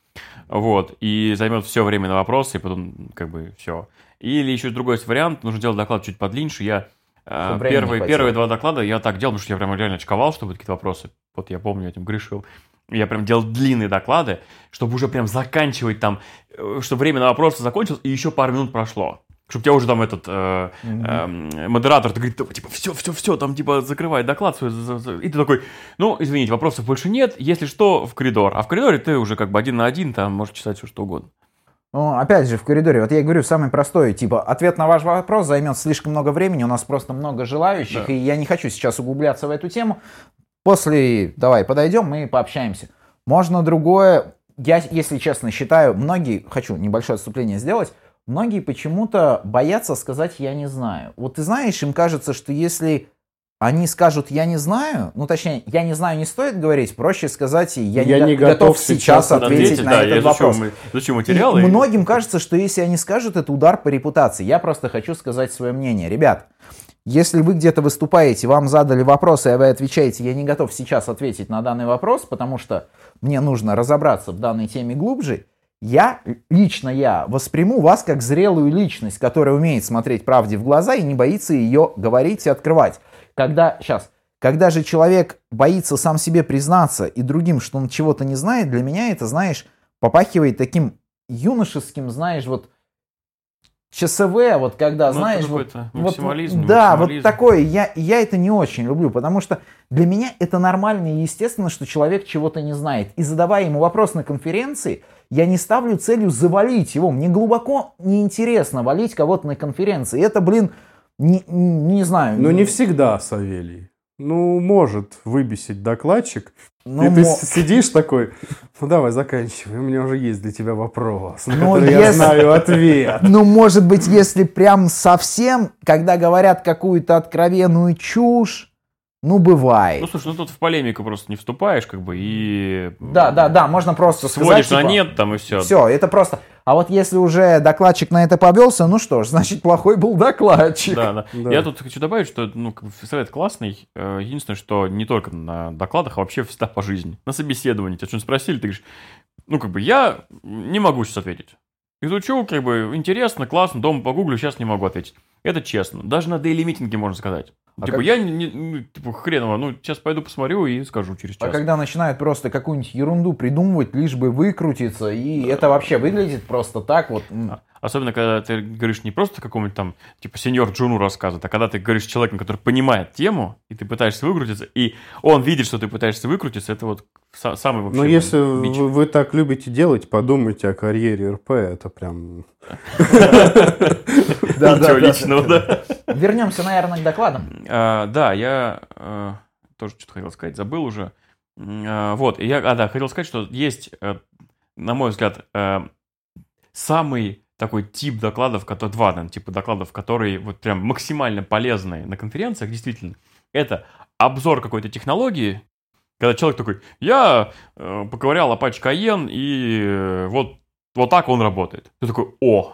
Вот. И займет все время на вопросы, и потом как бы все. Или еще другой вариант, нужно делать доклад чуть подлиннее. Я первые два доклада я так делал, потому что я прям реально очковал, чтобы какие-то вопросы. Вот я помню, я этим грешил. Я прям делал длинные доклады, чтобы уже прям заканчивать там, чтобы время на вопросы закончилось, и еще пару минут прошло. Чтобы тебя уже там этот модератор говорит, типа, все, там, типа, закрывай доклад свой. И ты такой, ну, извините, вопросов больше нет, если что, в коридор. А в коридоре ты уже как бы один на один, там, можешь читать все, что угодно. Ну, опять же, в коридоре, вот я говорю, самый простой, типа, ответ на ваш вопрос займет слишком много времени, у нас просто много желающих, да. И я не хочу сейчас углубляться в эту тему. После, давай, подойдем, мы пообщаемся. Можно другое, я, если честно, считаю, многие, хочу небольшое отступление сделать, многие почему-то боятся сказать «я не знаю». Вот ты знаешь, им кажется, что если они скажут «я не знаю», ну, точнее, «я не знаю» не стоит говорить, проще сказать «я не готов сейчас ответить на этот вопрос». Зачем материалы? И многим кажется, что если они скажут, это удар по репутации. Я просто хочу сказать свое мнение. Ребят, если вы где-то выступаете, вам задали вопрос, и вы отвечаете, я не готов сейчас ответить на данный вопрос, потому что мне нужно разобраться в данной теме глубже, лично я восприму вас как зрелую личность, которая умеет смотреть правде в глаза и не боится ее говорить и открывать. Когда Когда же человек боится сам себе признаться и другим, что он чего-то не знает, для меня это, знаешь, попахивает таким юношеским, знаешь, вот ЧСВ, вот когда, знаешь, вот, максимализм, да, вот такое, я это не очень люблю, потому что для меня это нормально и естественно, что человек чего-то не знает. И задавая ему вопрос на конференции, я не ставлю целью завалить его. Мне глубоко неинтересно валить кого-то на конференции. Это, не знаю. Но не всегда, Савелий. Ну, может выбесить докладчик. И ты сидишь такой, ну давай заканчивай, у меня уже есть для тебя вопрос, на который я знаю ответ. Ну, может быть, если прям совсем, когда говорят какую-то откровенную чушь, ну, бывает. Ну, слушай, ну тут в полемику просто не вступаешь, как бы, и... Да, можно просто сводишь сказать, на нет, там, и все. Все, это просто... А вот если уже докладчик на это повелся, ну что ж, значит, плохой был докладчик. Да. Я тут хочу добавить, что, ну, совет классный. Единственное, что не только на докладах, а вообще всегда по жизни. На собеседовании тебя что-нибудь спросили, ты говоришь, ну, как бы, я не могу сейчас ответить. Изучу, как бы, интересно, классно, дома погуглю, сейчас не могу ответить. Это честно. Даже на дейли-митинге можно сказать. Я хреново, сейчас пойду посмотрю и скажу через час. А когда начинают просто какую-нибудь ерунду придумывать, лишь бы выкрутиться, и это вообще выглядит просто так вот. Особенно, когда ты говоришь не просто какому-нибудь там, сеньор Джуну рассказывает, а когда ты говоришь с человеком, который понимает тему, и ты пытаешься выкрутиться, и он видит, что ты пытаешься выкрутиться, это вот самый вообще... Но если вы так любите делать, подумайте о карьере РП, это прям... Ничего личного, да. Вернемся, наверное, к докладам. Да, я тоже что-то хотел сказать, забыл уже. Вот, хотел сказать, что есть, на мой взгляд, самый такой тип докладов, два, наверное, типа докладов, которые вот прям максимально полезные на конференциях, действительно, это обзор какой-то технологии, когда человек такой, я поковырял Apache Cayenne, и вот так он работает. Ты такой,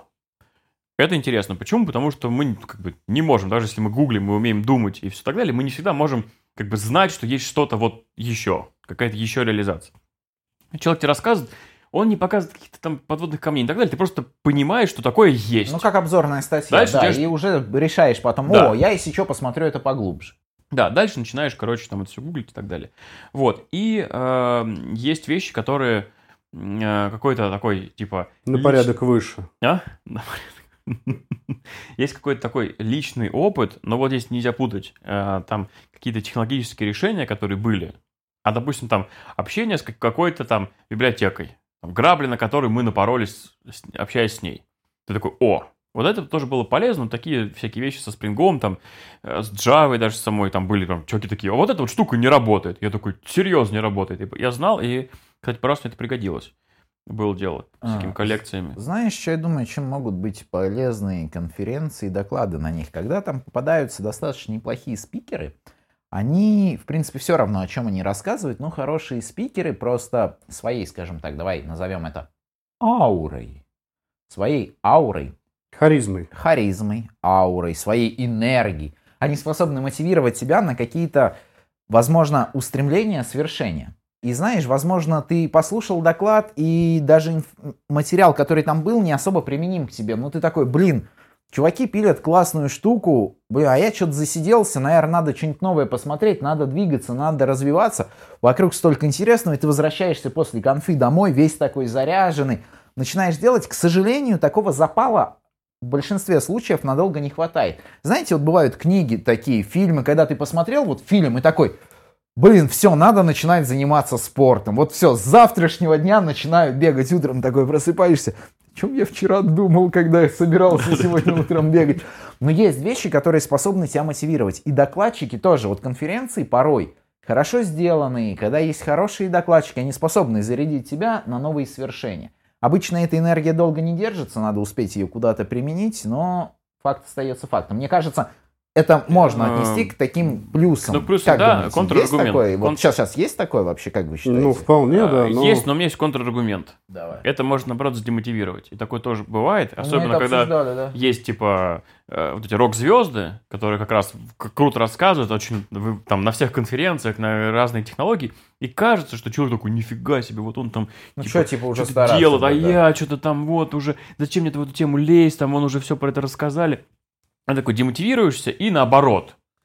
это интересно. Почему? Потому что мы не можем, даже если мы гуглим, мы умеем думать и все так далее, мы не всегда можем знать, что есть что-то вот еще, какая-то еще реализация. Человек тебе рассказывает, он не показывает каких-то там подводных камней и так далее, ты просто понимаешь, что такое есть. Ну, как обзорная статья, дальше да, и уже решаешь потом, я если что посмотрю это поглубже. Да, дальше начинаешь, там это все гуглить и так далее. Вот, и есть вещи, которые какой-то такой, на порядок выше. На порядок. Есть какой-то такой личный опыт, но вот здесь нельзя путать. Там какие-то технологические решения, которые были, а, допустим, там общение с какой-то там библиотекой, грабли, на которую мы напоролись, общаясь с ней. Ты такой, вот это тоже было полезно, такие всякие вещи со Spring, там, с Java даже самой, там были там чуваки такие, вот эта вот штука не работает. Я такой, серьезно не работает. И я знал, и, кстати, по-разному мне это пригодилось. Было дело с такими коллекциями. Знаешь, что я думаю, чем могут быть полезные конференции и доклады на них? Когда там попадаются достаточно неплохие спикеры, они, в принципе, все равно, о чем они рассказывают, но хорошие спикеры просто своей, скажем так, давай назовем это аурой. Своей аурой. Харизмой, аурой, своей энергией. Они способны мотивировать себя на какие-то, возможно, устремления, свершения. И знаешь, возможно, ты послушал доклад, и даже материал, который там был, не особо применим к тебе. Но ты такой, чуваки пилят классную штуку, а я что-то засиделся, наверное, надо что-нибудь новое посмотреть, надо двигаться, надо развиваться. Вокруг столько интересного, и ты возвращаешься после конфы домой, весь такой заряженный. Начинаешь делать, к сожалению, такого запала в большинстве случаев надолго не хватает. Знаете, вот бывают книги такие, фильмы, когда ты посмотрел фильм и такой... все, надо начинать заниматься спортом. Вот все, с завтрашнего дня начинаю бегать утром, такой просыпаешься. О чем я вчера думал, когда я собирался сегодня утром бегать? Но есть вещи, которые способны тебя мотивировать. И докладчики тоже. Вот конференции порой хорошо сделанные, когда есть хорошие докладчики, они способны зарядить тебя на новые свершения. Обычно эта энергия долго не держится, надо успеть ее куда-то применить, но факт остается фактом. Мне кажется, это можно отнести к таким плюсам. Ну, плюсы, да, контраргумент. Вот сейчас есть такое вообще, как вы считаете? Ну, вполне, да. Есть, но у меня есть контраргумент. Давай. Это может, наоборот, задемотивировать. И такое тоже бывает. Особенно, когда есть, вот эти рок-звезды, которые как раз круто рассказывают, очень там на всех конференциях, на разные технологии. И кажется, что человек такой, нифига себе, вот он там уже что-то делает, а я что-то там уже, зачем мне в эту тему лезть, там он уже все про это рассказали. А такой демотивируешься, и наоборот,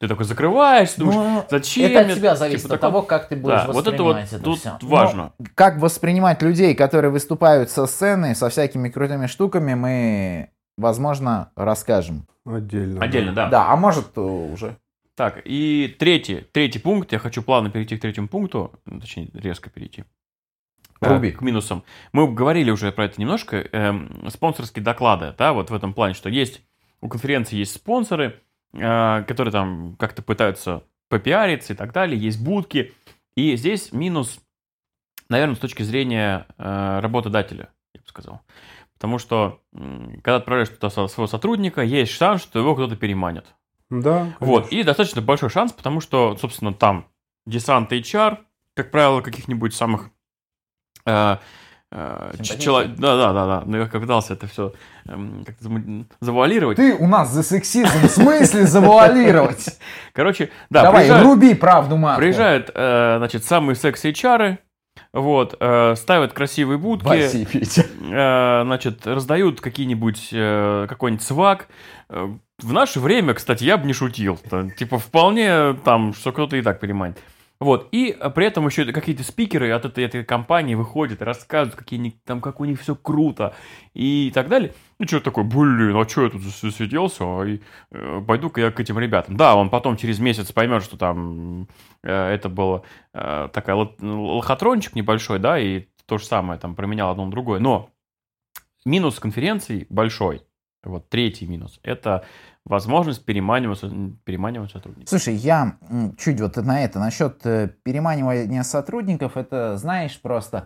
Ты такой закрываешься, думаешь, зачем? Это от тебя зависит, типа от того, как ты будешь воспринимать это тут все. важно. Но как воспринимать людей, которые выступают со сцены, со всякими крутыми штуками, мы, возможно, расскажем. Отдельно, да. Да, а может уже. Так, и третий пункт, я хочу плавно перейти к третьему пункту, точнее, резко перейти. Руби. К минусам. Мы говорили уже про это немножко. Спонсорские доклады, да, вот в этом плане, что есть у конференции есть спонсоры, которые там как-то пытаются попиариться и так далее, есть будки. И здесь минус, наверное, с точки зрения работодателя, я бы сказал. Потому что, когда отправляешь туда своего сотрудника, есть шанс, что его кто-то переманит. Да, вот. И достаточно большой шанс, потому что, собственно, там десант HR, как правило, каких-нибудь самых... Да. Но я пытался это все как-то завуалировать. Ты у нас за сексизм, в смысле завуалировать? Короче, да. Давай, руби правду матку. Приезжают, значит, самые секси-HR, вот, ставят красивые будки, значит, раздают какой-нибудь свак. В наше время, кстати, я бы не шутил. Типа, вполне там, что кто-то и так переманит. Вот, и при этом еще какие-то спикеры от этой компании выходят и рассказывают, как у них все круто и так далее. И что такое, а что я тут засиделся, пойду-ка я к этим ребятам. Да, он потом через месяц поймет, что там это было такой лохотрончик небольшой, да, и то же самое там променял одно на другое. Но минус конференции большой, вот третий минус, это возможность переманивать сотрудников. Слушай, я чуть вот на это, насчет переманивания сотрудников, это, знаешь, просто...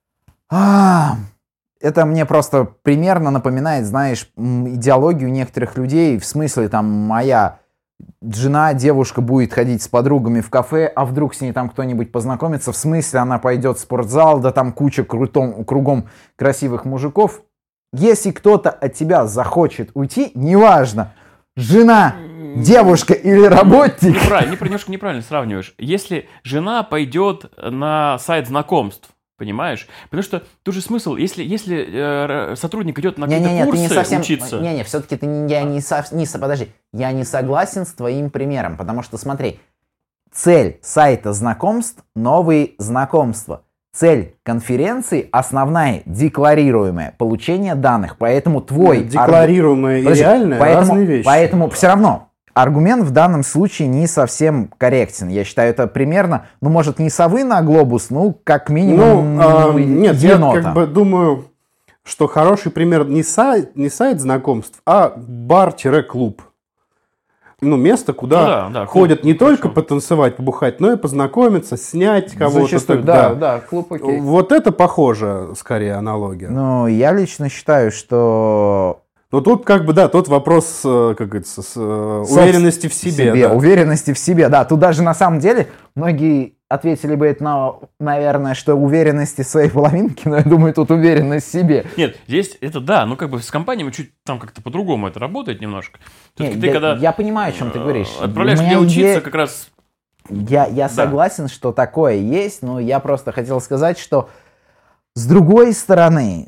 Это мне просто примерно напоминает, знаешь, идеологию некоторых людей, в смысле, там, моя жена, девушка будет ходить с подругами в кафе, а вдруг с ней там кто-нибудь познакомится, в смысле, она пойдет в спортзал, да там куча кругом красивых мужиков. Если кто-то от тебя захочет уйти, неважно, жена, девушка или работник. Немножко неправильно сравниваешь. Если жена пойдет на сайт знакомств, понимаешь? Потому что тут же смысл, если сотрудник идет на какие-то курсы учиться... Все-таки подожди. Я не согласен с твоим примером, потому что, смотри, цель сайта знакомств – новые знакомства. Цель конференции основная, декларируемая, получение данных, поэтому твой... Декларируемая и реальная разные вещи. Поэтому все равно аргумент в данном случае не совсем корректен. Я считаю, это примерно, может, не совы на глобус, как минимум нет, енота. Я как бы думаю, что хороший пример не сайт знакомств, а бар-клуб. Место, куда ходят не только потанцевать, побухать, но и познакомиться, снять кого-то. Зачастую, да, клуб окей. Вот это похоже, скорее, аналогия. Я лично считаю, что... тут тот вопрос, как говорится, уверенности в себе. Да. Уверенности в себе, да. Тут даже на самом деле многие ответили бы это, наверное, что уверенности в своей половинке, но я думаю, тут уверенность в себе. Нет, здесь это да, с компаниями чуть там как-то по-другому это работает немножко. Я понимаю, о чем ты говоришь. Отправляешь людей учиться как раз... Я согласен, что такое есть, но я просто хотел сказать, что с другой стороны,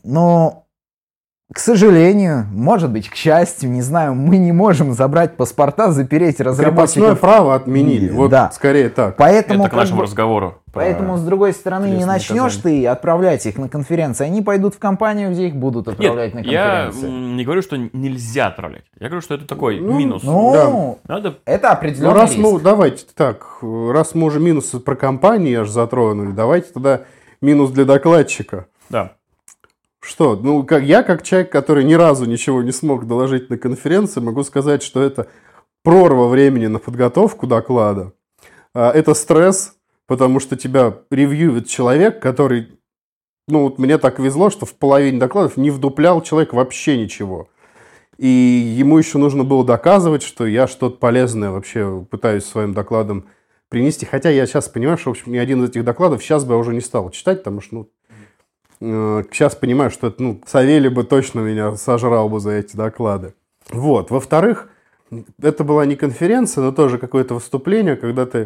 к сожалению, может быть, к счастью, не знаю, мы не можем забрать паспорта, запереть разработчиков. Крепостное право отменили, скорее так. Поэтому, это к нашему разговору. Поэтому, с другой стороны, не начнешь ты отправлять их на конференции, они пойдут в компанию, где их будут отправлять на конференции. Я не говорю, что нельзя отправлять. Я говорю, что это такой минус. Это определенный риск. Давайте так, раз мы уже минусы про компании аж затронули, давайте тогда минус для докладчика. Да. Что? Я как человек, который ни разу ничего не смог доложить на конференции, могу сказать, что это прорва времени на подготовку доклада. Это стресс, потому что тебя ревьюет человек, который... мне так везло, что в половине докладов не вдуплял человек вообще ничего. И ему еще нужно было доказывать, что я что-то полезное вообще пытаюсь своим докладом принести. Хотя я сейчас понимаю, что, в общем, ни один из этих докладов сейчас бы я уже не стал читать, потому что, сейчас понимаю, что это, Савелий бы точно меня сожрал бы за эти доклады. Во-вторых, это была не конференция, но тоже какое-то выступление, когда ты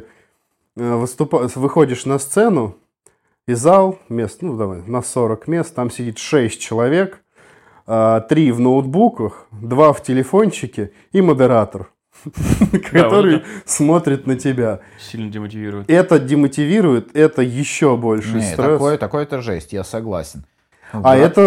выходишь на сцену, и зал, мест, на 40 мест, там сидит 6 человек, 3 в ноутбуках, 2 в телефончике и модератор. который смотрит на тебя. Сильно демотивирует. Это демотивирует, это еще больше стресс. Такое-то жесть, я согласен. Это,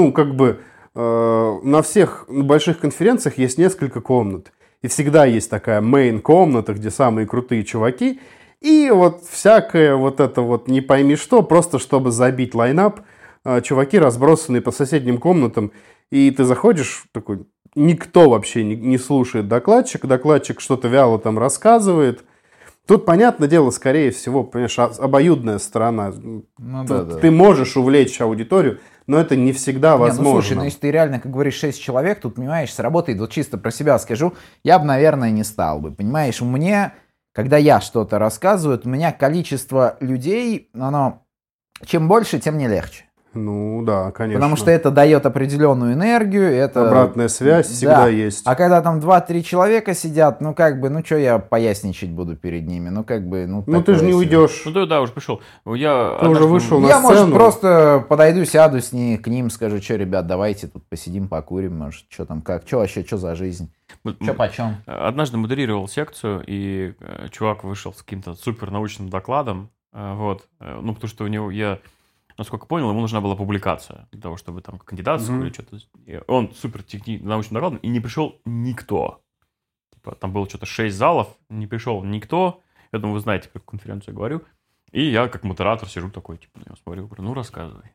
на всех больших конференциях есть несколько комнат. И всегда есть такая мейн-комната, где самые крутые чуваки. И вот всякое вот это вот не пойми что, просто чтобы забить лайнап, чуваки разбросанные по соседним комнатам. И ты заходишь, такой, никто вообще не слушает докладчик что-то вяло там рассказывает. Тут, понятное дело, скорее всего, понимаешь, обоюдная сторона. Ты можешь увлечь аудиторию, но это не всегда возможно. Слушай, если ты реально, как говоришь, 6 человек, тут, понимаешь, сработает, вот чисто про себя скажу, я бы, наверное, не стал бы. Понимаешь, мне, когда я что-то рассказываю, у меня количество людей, оно чем больше, тем не легче. Ну да, конечно. Потому что это дает определенную энергию. Это... Обратная связь всегда есть. А когда там 2-3 человека сидят, что я поясничать буду перед ними? Ты же не уйдешь. Да, уже пришел. Ты уже вышел на сцену. Я, может, просто подойду, сяду к ним, скажу, что, ребят, давайте тут посидим, покурим, может, что там, как, что вообще, что за жизнь? Что почем? Однажды модерировал секцию, и чувак вышел с каким-то супернаучным докладом, потому что у него, насколько понял, ему нужна была публикация для того, чтобы там кандидатскую или что-то. И он супер научным докладом, и не пришел никто. Там было что-то 6 залов, не пришел никто. Я думаю, вы знаете, как конференцию я говорю. И я, как модератор, сижу такой, я смотрю, говорю, рассказывай.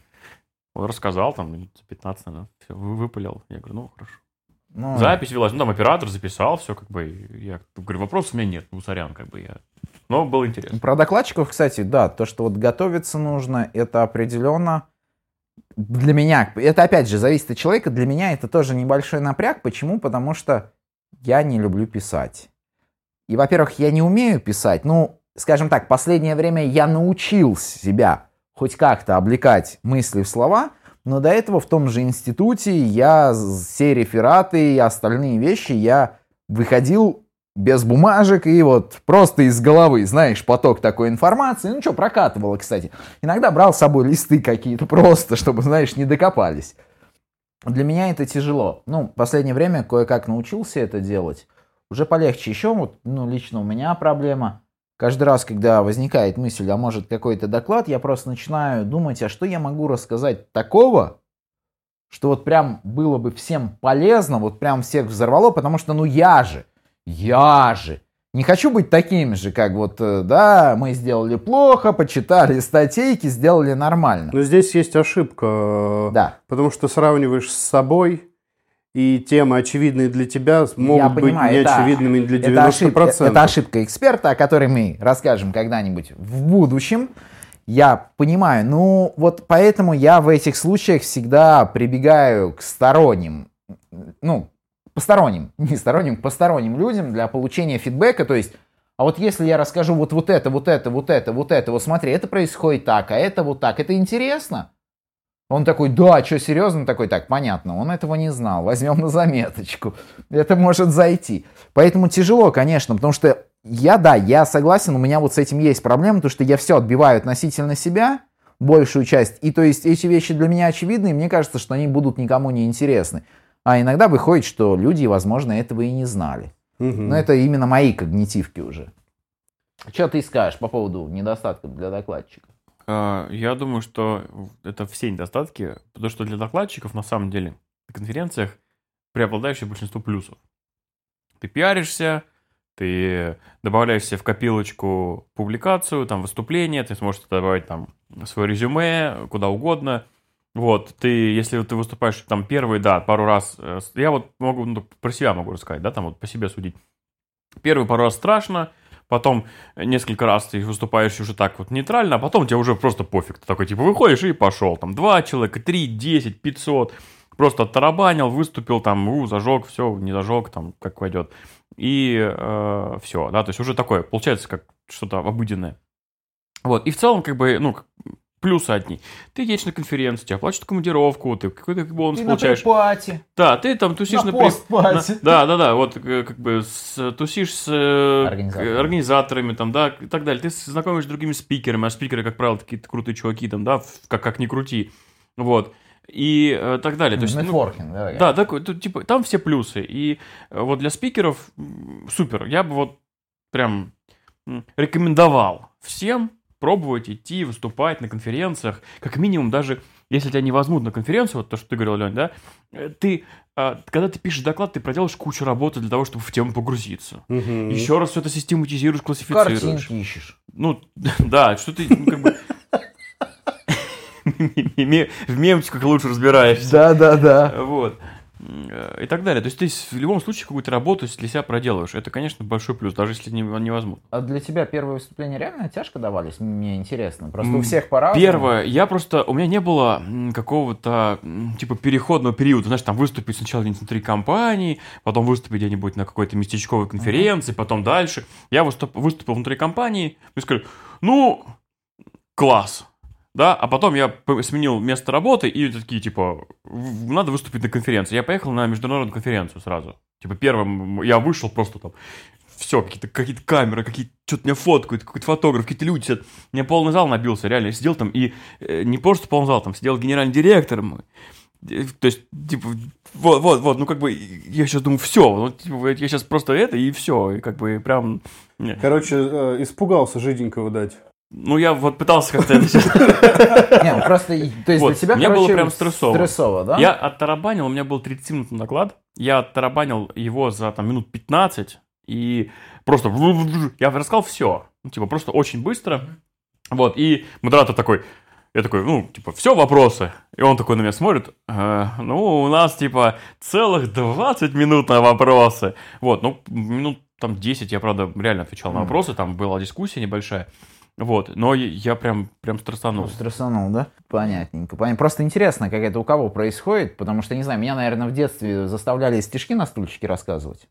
Он рассказал, там, 15, наверное, все, выпалил. Я говорю, хорошо. Запись велась, там оператор записал, все, я говорю, вопросов у меня нет, сорян, но было интересно. Про докладчиков, кстати, да, то, что вот готовиться нужно, это определенно для меня, это опять же зависит от человека, для меня это тоже небольшой напряг. Почему? Потому что я не люблю писать. И, во-первых, я не умею писать, скажем так, последнее время я научил себя хоть как-то облекать мысли в слова, но до этого в том же институте я все рефераты и остальные вещи я выходил без бумажек и вот просто из головы, знаешь, поток такой информации. Прокатывало, кстати. Иногда брал с собой листы какие-то просто, чтобы, знаешь, не докопались. Для меня это тяжело. В последнее время кое-как научился это делать. Уже полегче. Еще лично у меня проблема. Каждый раз, когда возникает мысль, а может какой-то доклад, я просто начинаю думать, а что я могу рассказать такого, что вот прям было бы всем полезно, вот прям всех взорвало, потому что я же не хочу быть таким же, как мы сделали плохо, почитали статейки, сделали нормально. Но здесь есть ошибка, да. Потому что сравниваешь с собой, и темы, очевидные для тебя, могут быть неочевидными для 90%. Это ошибка эксперта, о которой мы расскажем когда-нибудь в будущем. Я понимаю. Поэтому я в этих случаях всегда прибегаю к посторонним людям для получения фидбэка. То есть, а вот если я расскажу вот это, смотри, это происходит так, а это вот так, это интересно? Он такой, да, что, серьезно? Такой, так, понятно, он этого не знал, возьмем на заметочку, это может зайти. Поэтому тяжело, конечно, потому что я согласен, у меня вот с этим есть проблема, потому что я все отбиваю относительно себя, большую часть, и то есть эти вещи для меня очевидны, и мне кажется, что они будут никому не интересны. А иногда выходит, что люди, возможно, этого и не знали. Но это именно мои когнитивки уже. Что ты скажешь по поводу недостатков для докладчика? Я думаю, что это все недостатки, потому что для докладчиков, на самом деле, на конференциях преобладающее большинство плюсов. Ты пиаришься, ты добавляешь себе в копилочку публикацию, там, выступление, ты сможешь добавить там свое резюме, куда угодно. Если ты выступаешь там первый, пару раз, я могу, про себя могу рассказать, по себе судить. Первый пару раз страшно, потом несколько раз ты выступаешь уже так нейтрально, а потом тебе уже просто пофиг. Ты такой, выходишь и пошел. Там 2 человека, 3, 10, 500. Просто оттарабанил, выступил, зажег, все, не зажег, как пойдет. И все, да, то есть уже такое, получается, как что-то обыденное. И в целом, плюсы одни. Ты едешь на конференцию, тебя платят командировку, ты какой-то бонус получаешь. Ты на припате. Да, ты там тусишь на постпате. Да, тусишь с организаторами, и так далее. Ты знакомишься с другими спикерами, а спикеры, как правило, какие-то крутые чуваки, как ни крути. и так далее. То есть, нетворкинг, да, такой, типа, там все плюсы. И вот для спикеров супер. Я бы вот прям рекомендовал всем пробовать идти, выступать на конференциях. Как минимум, даже если тебя не возьмут на конференцию, вот то, что ты говорил, Лень, да, ты, когда ты пишешь доклад, ты проделаешь кучу работы для того, чтобы в тему погрузиться. Еще раз все это систематизируешь, классифицируешь. Картинки ищешь. Ну, да, что ты, ну, как бы... В мемчиках лучше разбираешься. Да. Вот. И так далее. То есть ты в любом случае какую-то работу для себя проделываешь. Это, конечно, большой плюс, даже если не возьмут. А для тебя первые выступления реально тяжко давались? Мне интересно. Просто у всех по-разному. Первое, у меня не было какого-то, типа, переходного периода. Знаешь, там выступить сначала где-нибудь внутри компании, потом выступить где-нибудь на какой-то местечковой конференции, потом дальше. Я выступил внутри компании, и сказали, ну, класс. Да, а потом я сменил место работы, и такие, типа, надо выступить на конференции. Я поехал на международную конференцию сразу. Типа, первым я вышел просто там, все, какие-то камеры, что-то меня фоткают, какой-то фотограф, какие-то люди сидят. У меня полный зал набился, реально. Я сидел там, и не просто полный зал, там сидел генеральный директор мой. То есть, типа, вот, ну, как бы, я сейчас думаю, все, ну, типа, я сейчас просто это, и все, и как бы прям... Короче, испугался жиденького дать. Ну, я вот пытался как-то это сейчас... Не, просто, то есть для тебя, мне было прям стрессово, да? Я оттарабанил, у меня был 30-минутный доклад, я оттарабанил его за там минут 15, и просто я рассказал все, ну, типа, просто очень быстро, вот, и модератор такой, я такой, ну, типа, все, вопросы, и он такой на меня смотрит, ну, у нас, типа, целых 20 минут на вопросы, вот, ну, минут там 10 я, правда, реально отвечал на вопросы, там была дискуссия небольшая. Вот, но я прям стрессанул. Стрессанул, да? Понятненько. Просто интересно, как это у кого происходит, потому что, не знаю, меня, наверное, в детстве заставляли стишки на стульчике рассказывать.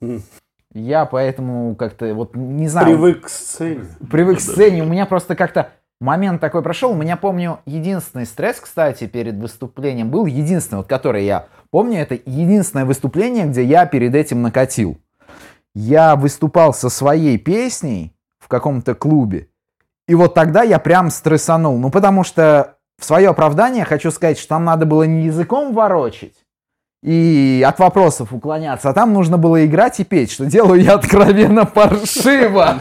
Я поэтому как-то, вот, не знаю... Привык к сцене. Привык к сцене. У меня просто как-то момент такой прошел. У меня, помню, единственный стресс, кстати, перед выступлением был, единственный, вот который я помню, это единственное выступление, где я перед этим накатил. Я выступал со своей песней в каком-то клубе, и вот тогда я прям стрессанул. Ну, потому что в свое оправдание хочу сказать, что там надо было не языком ворочать и от вопросов уклоняться, а там нужно было играть и петь, что делаю я откровенно паршиво.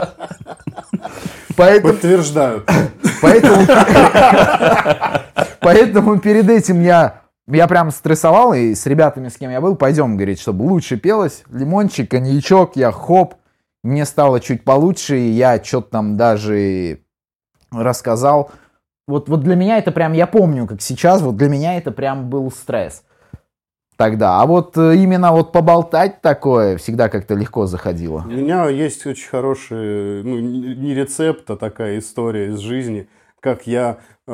Подтверждаю. Поэтому перед этим я прям стрессовал, и с ребятами, с кем я был, пойдем, говорит, чтобы лучше пелось. Лимончик, коньячок, я хоп. Мне стало чуть получше, и я что-то там даже рассказал. Вот для меня это прям, я помню, как сейчас, вот для меня это прям был стресс тогда. А вот именно вот поболтать такое всегда как-то легко заходило. У меня есть очень хороший, ну, не рецепт, а такая история из жизни, как я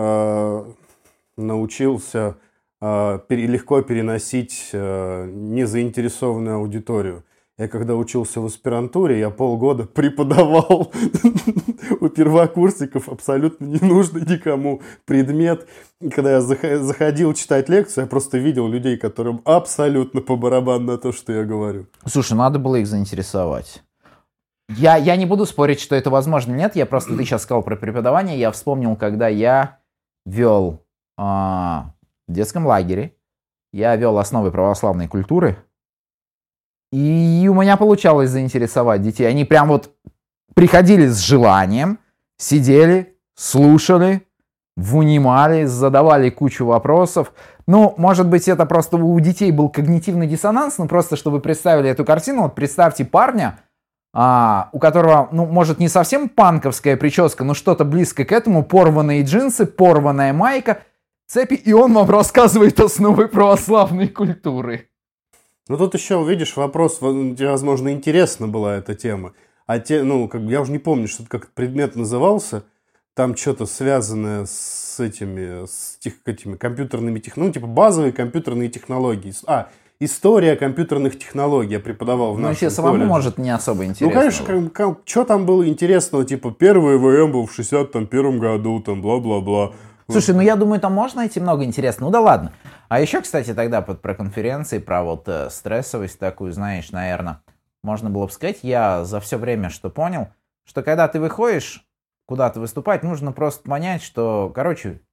научился легко переносить незаинтересованную аудиторию. Я когда учился в аспирантуре, я полгода преподавал у первокурсников абсолютно ненужный никому предмет. И когда я заходил читать лекцию, я просто видел людей, которым абсолютно по барабану на то, что я говорю. Слушай, надо было их заинтересовать. Я не буду спорить, что это возможно. Нет, ты сейчас сказал про преподавание, я вспомнил, когда я вел в детском лагере, я вел основы православной культуры, и у меня получалось заинтересовать детей. Они прям вот приходили с желанием, сидели, слушали, внимали, задавали кучу вопросов. Ну, может быть, это просто у детей был когнитивный диссонанс, но просто, чтобы вы представили эту картину, вот представьте парня, у которого, ну, может, не совсем панковская прическа, но что-то близко к этому, порванные джинсы, порванная майка, цепи, и он вам рассказывает основы православной культуры. Ну, тут еще, видишь, вопрос, тебе, возможно, интересна была эта тема. Я уже не помню, что как предмет назывался, там что-то связанное с этими компьютерными технологиями, типа базовые компьютерные технологии. История компьютерных технологий я преподавал в нашем колледже. Ну, еще самому, может, не особо интересно. Ну, конечно, что там было интересного, типа, первый ИВМ был в 61 году, там, бла-бла-бла. Слушай, ну я думаю, там можно найти много интересного. Ну да ладно. А еще, кстати, тогда про конференции, про вот стрессовость такую, знаешь, наверное, можно было бы сказать, я за все время что понял, что когда ты выходишь куда-то выступать, нужно просто понять, что, короче,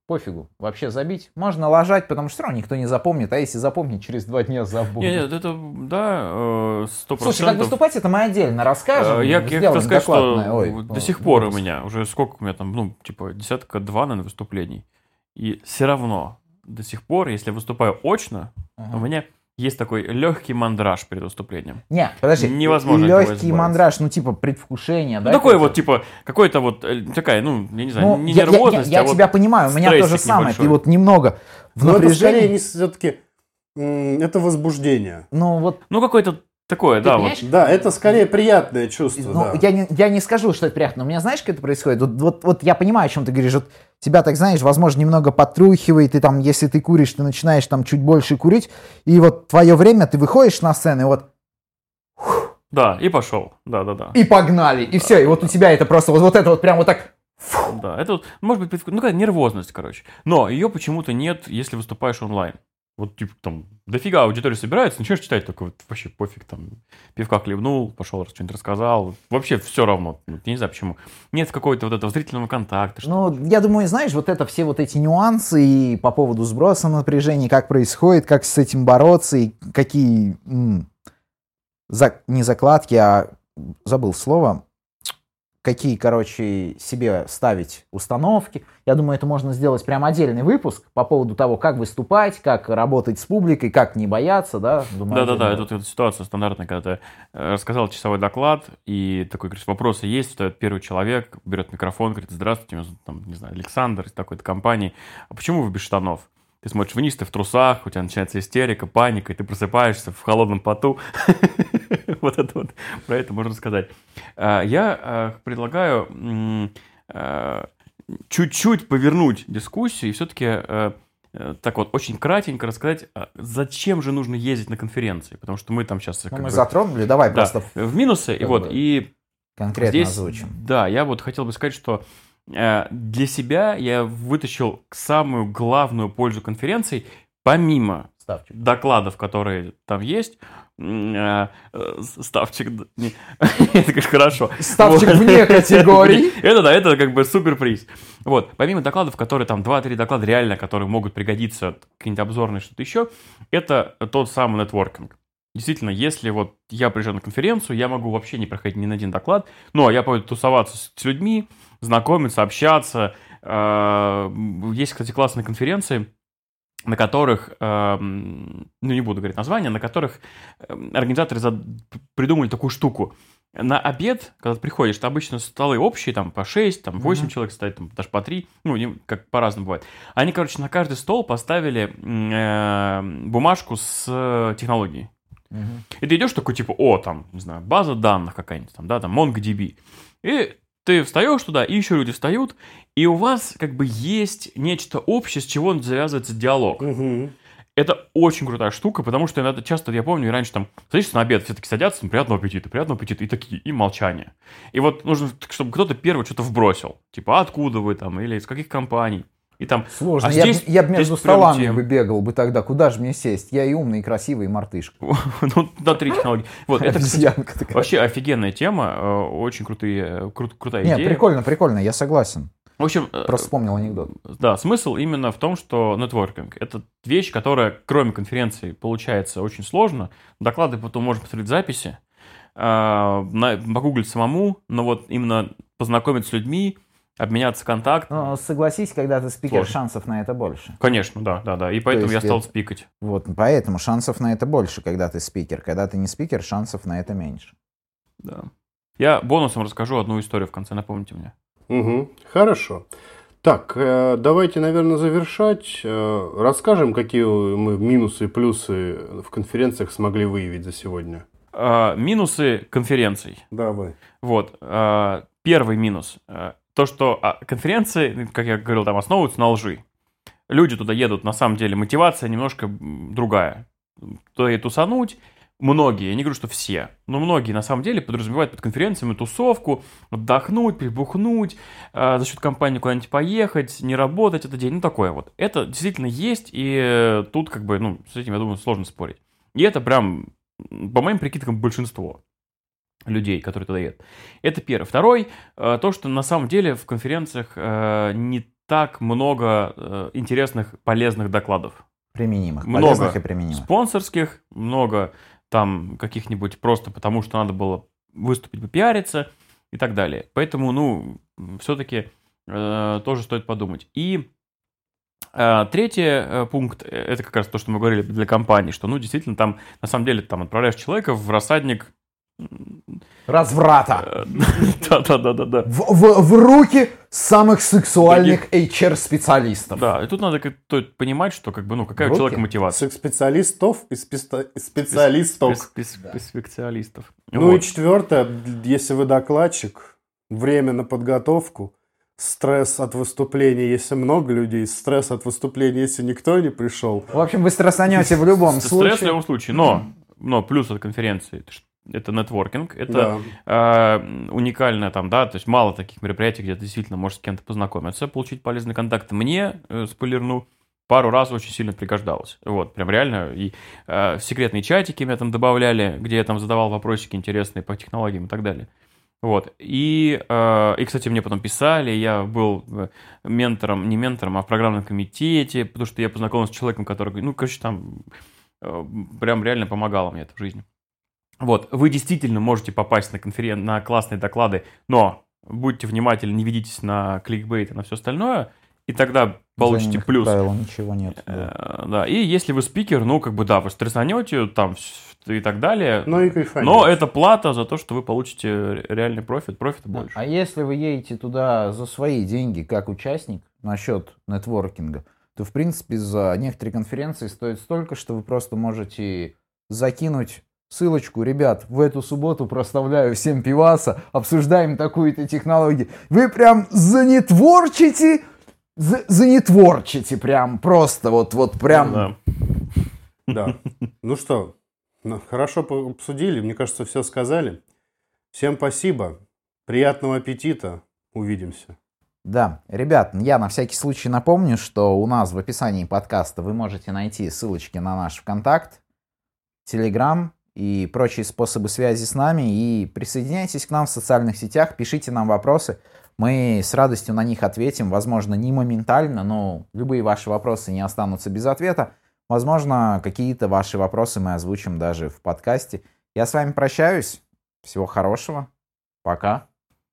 Пофигу. Вообще забить. Можно ложать, потому что все равно никто не запомнит. А если запомнит, через 2 дня забудет. Нет, это, да, 100%. Слушай, как выступать, это мы отдельно расскажем. Я хотел сказать, что до сих пор у выпуск. меня, уже сколько у меня там, ну, типа, 10-2, наверное, выступлений. И все равно до сих пор, если я выступаю очно, у меня есть такой легкий мандраж перед выступлением. Не, подожди. Невозможно от него легкий избавиться. мандраж, ну, типа, предвкушение, да? Ну, такой вот, типа, какой-то вот, такая, ну, я не знаю, Ну, не я нервозность, я а вот тебя понимаю, у меня то же стрессик самое. небольшой. Ты вот немного в Но это напряжении. скорее все-таки это возбуждение. Ну, вот. Ну, какое-то такое, да, вот. понимаешь? Да, это скорее приятное чувство. Ну, да. я не скажу, что это приятно. У меня, знаешь, как это происходит? Вот я понимаю, о чем ты говоришь. Вот тебя, так знаешь, возможно, немного подтрухивает, и там, если ты куришь, ты начинаешь там чуть больше курить, и вот твое время, ты выходишь на сцену, и вот Да, и пошел, да-да-да. и погнали, и все. И вот у тебя это просто вот это вот прям вот так. Да, это вот, может быть, ну, какая нервозность, короче. Но ее почему-то нет, если выступаешь онлайн. Вот, типа, там, дофига аудитория собирается, начнешь читать, только вот вообще пофиг, там, пивка хлебнул, пошел, что-нибудь рассказал. Вообще все равно. Я не знаю, почему. Нет какого-то вот этого зрительного контакта. Ну, я думаю, знаешь, вот это все вот эти нюансы и по поводу сброса напряжения, как происходит, как с этим бороться, и какие, не закладки, а забыл слово, какие, короче, себе ставить установки. Я думаю, это можно сделать прям отдельный выпуск по поводу того, как выступать, как работать с публикой, как не бояться, да? Думаю, Да-да-да, это вот ситуация стандартная, когда ты рассказал часовой доклад, и такой, говоришь, вопросы есть, встает первый человек, берет микрофон, говорит, здравствуйте, меня зовут, там, не знаю, Александр из такой-то компании, а почему вы без штанов? Ты смотришь вниз, ты в трусах, у тебя начинается истерика, паника, и ты просыпаешься в холодном поту. Вот это вот, про это можно сказать. Я предлагаю чуть-чуть повернуть дискуссию и все-таки так вот очень кратенько рассказать, зачем же нужно ездить на конференции, потому что мы там сейчас... мы затронули, давай просто в минусы, и вот, и конкретно здесь, озвучим. да, я вот хотел бы сказать, что для себя я вытащил самую главную пользу конференций, помимо докладов, которые там есть, ставчик, это, конечно, хорошо. Ставчик вне категории. Это, да, это как бы суперприз. Вот, помимо докладов, которые там 2-3 доклада реально, которые могут пригодиться, какие-нибудь обзорные, что-то еще, это тот самый нетворкинг. Действительно, если вот я приезжаю на конференцию, я могу вообще не проходить ни на один доклад, но я пойду тусоваться с людьми, знакомиться, общаться. Есть, кстати, классные конференции, на которых, ну не буду говорить название, на которых организаторы придумали такую штуку. На обед, когда ты приходишь, то обычно столы общие, там по 6, там 8 человек стоит, там даже по 3, ну, как по-разному бывает. Они, короче, на каждый стол поставили бумажку с технологией. И ты идешь такой, типа, там, не знаю, база данных какая-нибудь, там, да, там, MongoDB. И ты встаешь туда, и еще люди встают, и у вас как бы есть нечто общее, с чего завязывается диалог. Это очень крутая штука, потому что иногда, часто, я помню, раньше там садишься на обед, все таки садятся, там, приятного аппетита, и такие, и молчание. И вот нужно, чтобы кто-то первый что-то вбросил. Типа, откуда вы там, или из каких компаний. И там, сложно. Здесь, я бы между столами бы бегал бы тогда. Куда же мне сесть? Я и умный, и красивый, и мартышка. Ну, на 3 технологии. Вот, это, обезьянка такая. Вообще офигенная тема, очень крутая идея. Нет, прикольно, я согласен. В общем, просто вспомнил анекдот. Да, смысл именно в том, что нетворкинг — это вещь, которая, кроме конференции, получается очень сложно. Доклады потом можно посмотреть записи, погуглить самому, но вот именно познакомиться с людьми, обменяться контактами. Но согласись, когда ты спикер, шансов на это больше. Конечно, да. И поэтому я стал спикать. Вот, поэтому шансов на это больше, когда ты спикер. Когда ты не спикер, шансов на это меньше. Да. Я бонусом расскажу одну историю в конце, напомните мне. Хорошо. Так, давайте, наверное, завершать. Расскажем, какие мы минусы и плюсы в конференциях смогли выявить за сегодня. Минусы конференций. Давай. Вот. Первый минус. То, что конференции, как я говорил, там основываются на лжи. Люди туда едут, на самом деле, мотивация немножко другая. Туда едут тусануть. Многие, я не говорю, что все, но многие на самом деле подразумевают под конференциями тусовку, отдохнуть, прибухнуть, за счет компании куда-нибудь поехать, не работать этот день, ну такое вот. Это действительно есть, и тут как бы, с этим, я думаю, сложно спорить. И это прям, по моим прикидкам, большинство людей, которые туда едут. Это первое. Второй, то, что на самом деле в конференциях не так много интересных, полезных докладов. Применимых, Много полезных и применимых. Спонсорских, много там каких-нибудь просто потому, что надо было выступить, попиариться и так далее. Поэтому, все-таки тоже стоит подумать. И третий пункт, это как раз то, что мы говорили для компании, что, действительно, там, на самом деле, там отправляешь человека в рассадник разврата. Да. В руки самых сексуальных HR-специалистов. Да, и тут надо понимать, что какая у человека мотивация. Секс-специалистов и специалистов. Специалистов. И четвертое, если вы докладчик, время на подготовку, стресс от выступления, если много людей, стресс от выступления, если никто не пришел. В общем, вы стрессанете в любом случае. Стресс в любом случае, но плюс от конференции это нетворкинг, это уникальное там, да, то есть мало таких мероприятий, где ты действительно можешь с кем-то познакомиться, получить полезные контакты. Мне, спойлерну, пару раз очень сильно пригождалось. Вот, прям реально. И в секретные чатики меня там добавляли, где я там задавал вопросики интересные по технологиям и так далее. Вот. И, кстати, мне потом писали, я был ментором, не ментором, а в программном комитете, потому что я познакомился с человеком, который, там прям реально помогало мне это в жизни. Вот. Вы действительно можете попасть на классные доклады, но будьте внимательны, не ведитесь на кликбейт и на все остальное, и тогда получите плюс. Как правило, ничего нет. Да. И если вы спикер, вы стрессанете там и так далее. И кайфанете. Но это плата за то, что вы получите реальный профит больше. А если вы едете туда за свои деньги, как участник, насчет нетворкинга, то, в принципе, за некоторые конференции стоит столько, что вы просто можете закинуть ссылочку. Ребят, в эту субботу проставляю всем пиваса, обсуждаем такую-то технологию. Вы прям занетворчите прям просто вот прям. Да. Ну что, хорошо обсудили, мне кажется, все сказали. Всем спасибо, приятного аппетита, увидимся. Да, ребят, я на всякий случай напомню, что у нас в описании подкаста вы можете найти ссылочки на наш ВКонтакт, Телеграм и прочие способы связи с нами. И присоединяйтесь к нам в социальных сетях, пишите нам вопросы. Мы с радостью на них ответим. Возможно, не моментально, но любые ваши вопросы не останутся без ответа. Возможно, какие-то ваши вопросы мы озвучим даже в подкасте. Я с вами прощаюсь. Всего хорошего. Пока.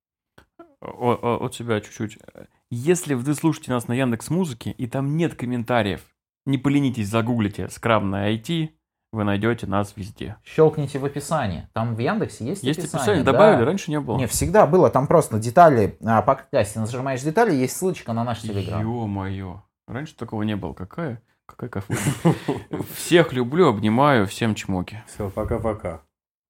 От себя чуть-чуть. Если вы слушаете нас на Яндекс.Музыке и там нет комментариев, не поленитесь, загуглите Scrum на IT, вы найдете нас везде. Щелкните в описании. Там в Яндексе есть описание. Есть описание, добавили, раньше не было. Не, всегда было. Там просто детали по подкасте. Нажимаешь детали, есть ссылочка на наш Телеграм. Ё-моё. Раньше такого не было. Какая кафуля. Всех люблю, обнимаю, всем чмоки. Все, пока-пока.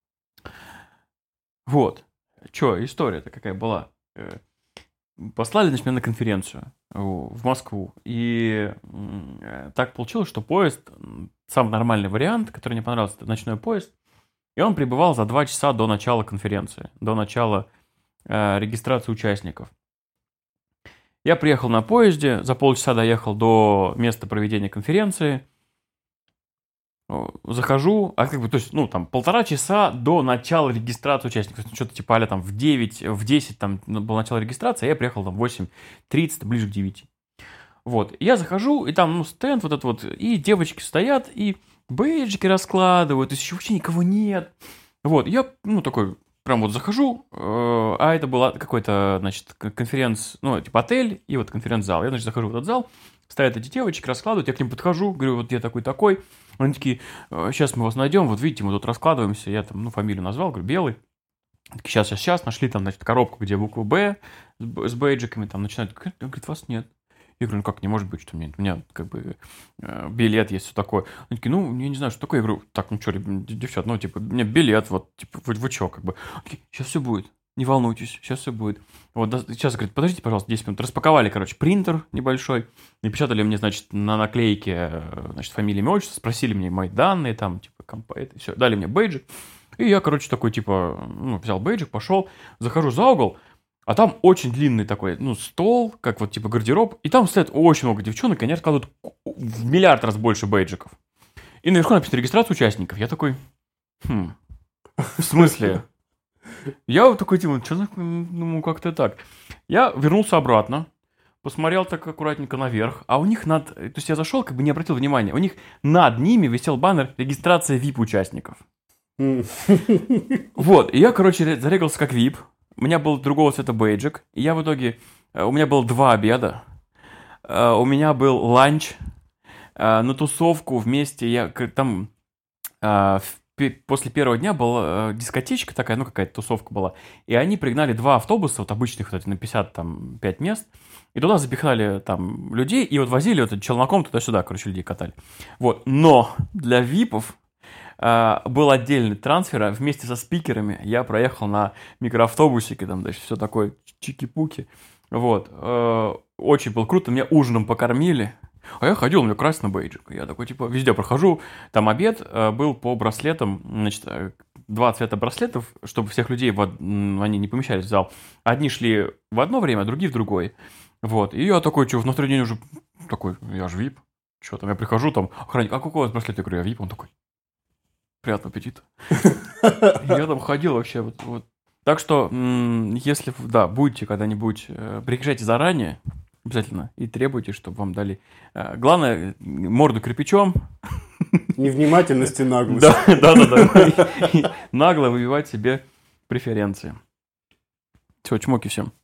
Вот. Че, история-то какая была? Послали, значит, меня на конференцию в Москву. И так получилось, что поезд, самый нормальный вариант, который мне понравился, это ночной поезд. И он прибывал за 2 часа до начала конференции, до начала регистрации участников. Я приехал на поезде, за полчаса доехал до места проведения конференции. Захожу, то есть, там, 1,5 часа до начала регистрации участников. Что-то типа а-ля там в 9, в 10 там было начало регистрации, а я приехал там в 8:30, ближе к 9. Вот, я захожу, и там, стенд вот этот вот, и девочки стоят, и бейджики раскладывают, то есть еще вообще никого нет. Вот, я, такой, прям вот захожу, а это была какой-то, значит, типа отель, и вот конференц-зал. Я, значит, захожу в этот зал, стоят эти девочки, раскладывают, я к ним подхожу, говорю, вот я такой-такой. Они такие, сейчас мы вас найдем, вот видите, мы тут раскладываемся, я там, фамилию назвал, говорю, Белый. Такие, сейчас, нашли там, значит, коробку, где буква «Б» с бейджиками, там начинают, говорит, вас нет. Я говорю, как не может быть, что у меня как бы билет есть, все такое. Они такие, я не знаю, что такое. Я говорю, так, что, девчат, у меня билет, вот, типа, вы что, как бы. Они такие, сейчас все будет, не волнуйтесь, сейчас все будет. Вот, сейчас, говорит, подождите, пожалуйста, 10 минут. Распаковали, принтер небольшой, напечатали мне, значит, на наклейке, значит, фамилия, имя, отчество, спросили мне мои данные, там, типа, это, все, дали мне бейджик. И я, такой, типа, взял бейджик, пошел, захожу за угол, а там очень длинный такой, стол, как вот, типа, гардероб, и там стоят очень много девчонок, и они раскладывают в миллиард раз больше бейджиков. И наверху написано регистрация участников. Я такой, в смысле? Я такой, типа, что как-то так. Я вернулся обратно, посмотрел так аккуратненько наверх, а у них то есть я зашел, как бы не обратил внимания, у них над ними висел баннер «Регистрация VIP-участников». Вот, и я, короче, зарегался как VIP, у меня был другого цвета бейджик, и я в итоге, у меня было 2 обеда, у меня был ланч, на тусовку вместе, там после первого дня была дискотечка такая, ну какая-то тусовка была, и они пригнали 2 автобуса, вот обычных, вот, на 55 мест, и туда запихали там людей, и вот возили вот челноком туда-сюда, короче, людей катали. Вот, но для випов был отдельный трансфер, вместе со спикерами я проехал на микроавтобусике, там, дальше все такое чики-пуки, вот, очень было круто, меня ужином покормили. А я ходил, у меня красный бейджик. Я такой, типа, везде прохожу. Там обед был по браслетам. Значит, 2 цвета браслетов, чтобы всех людей, они не помещались в зал. Одни шли в одно время, а другие в другое. Вот. И я такой, что, в второй день уже такой, я же вип. Что там, я прихожу, там, охранник, а какой у вас браслет? Я говорю, я вип. Он такой, приятного аппетита. Я там ходил вообще, вот. Так что, если, да, будете когда-нибудь, приезжайте заранее, обязательно. И требуйте, чтобы вам дали. Главное, морду кирпичом. Невнимательность и наглость. Да. Нагло выбивать себе преференции. Все, чмоки всем.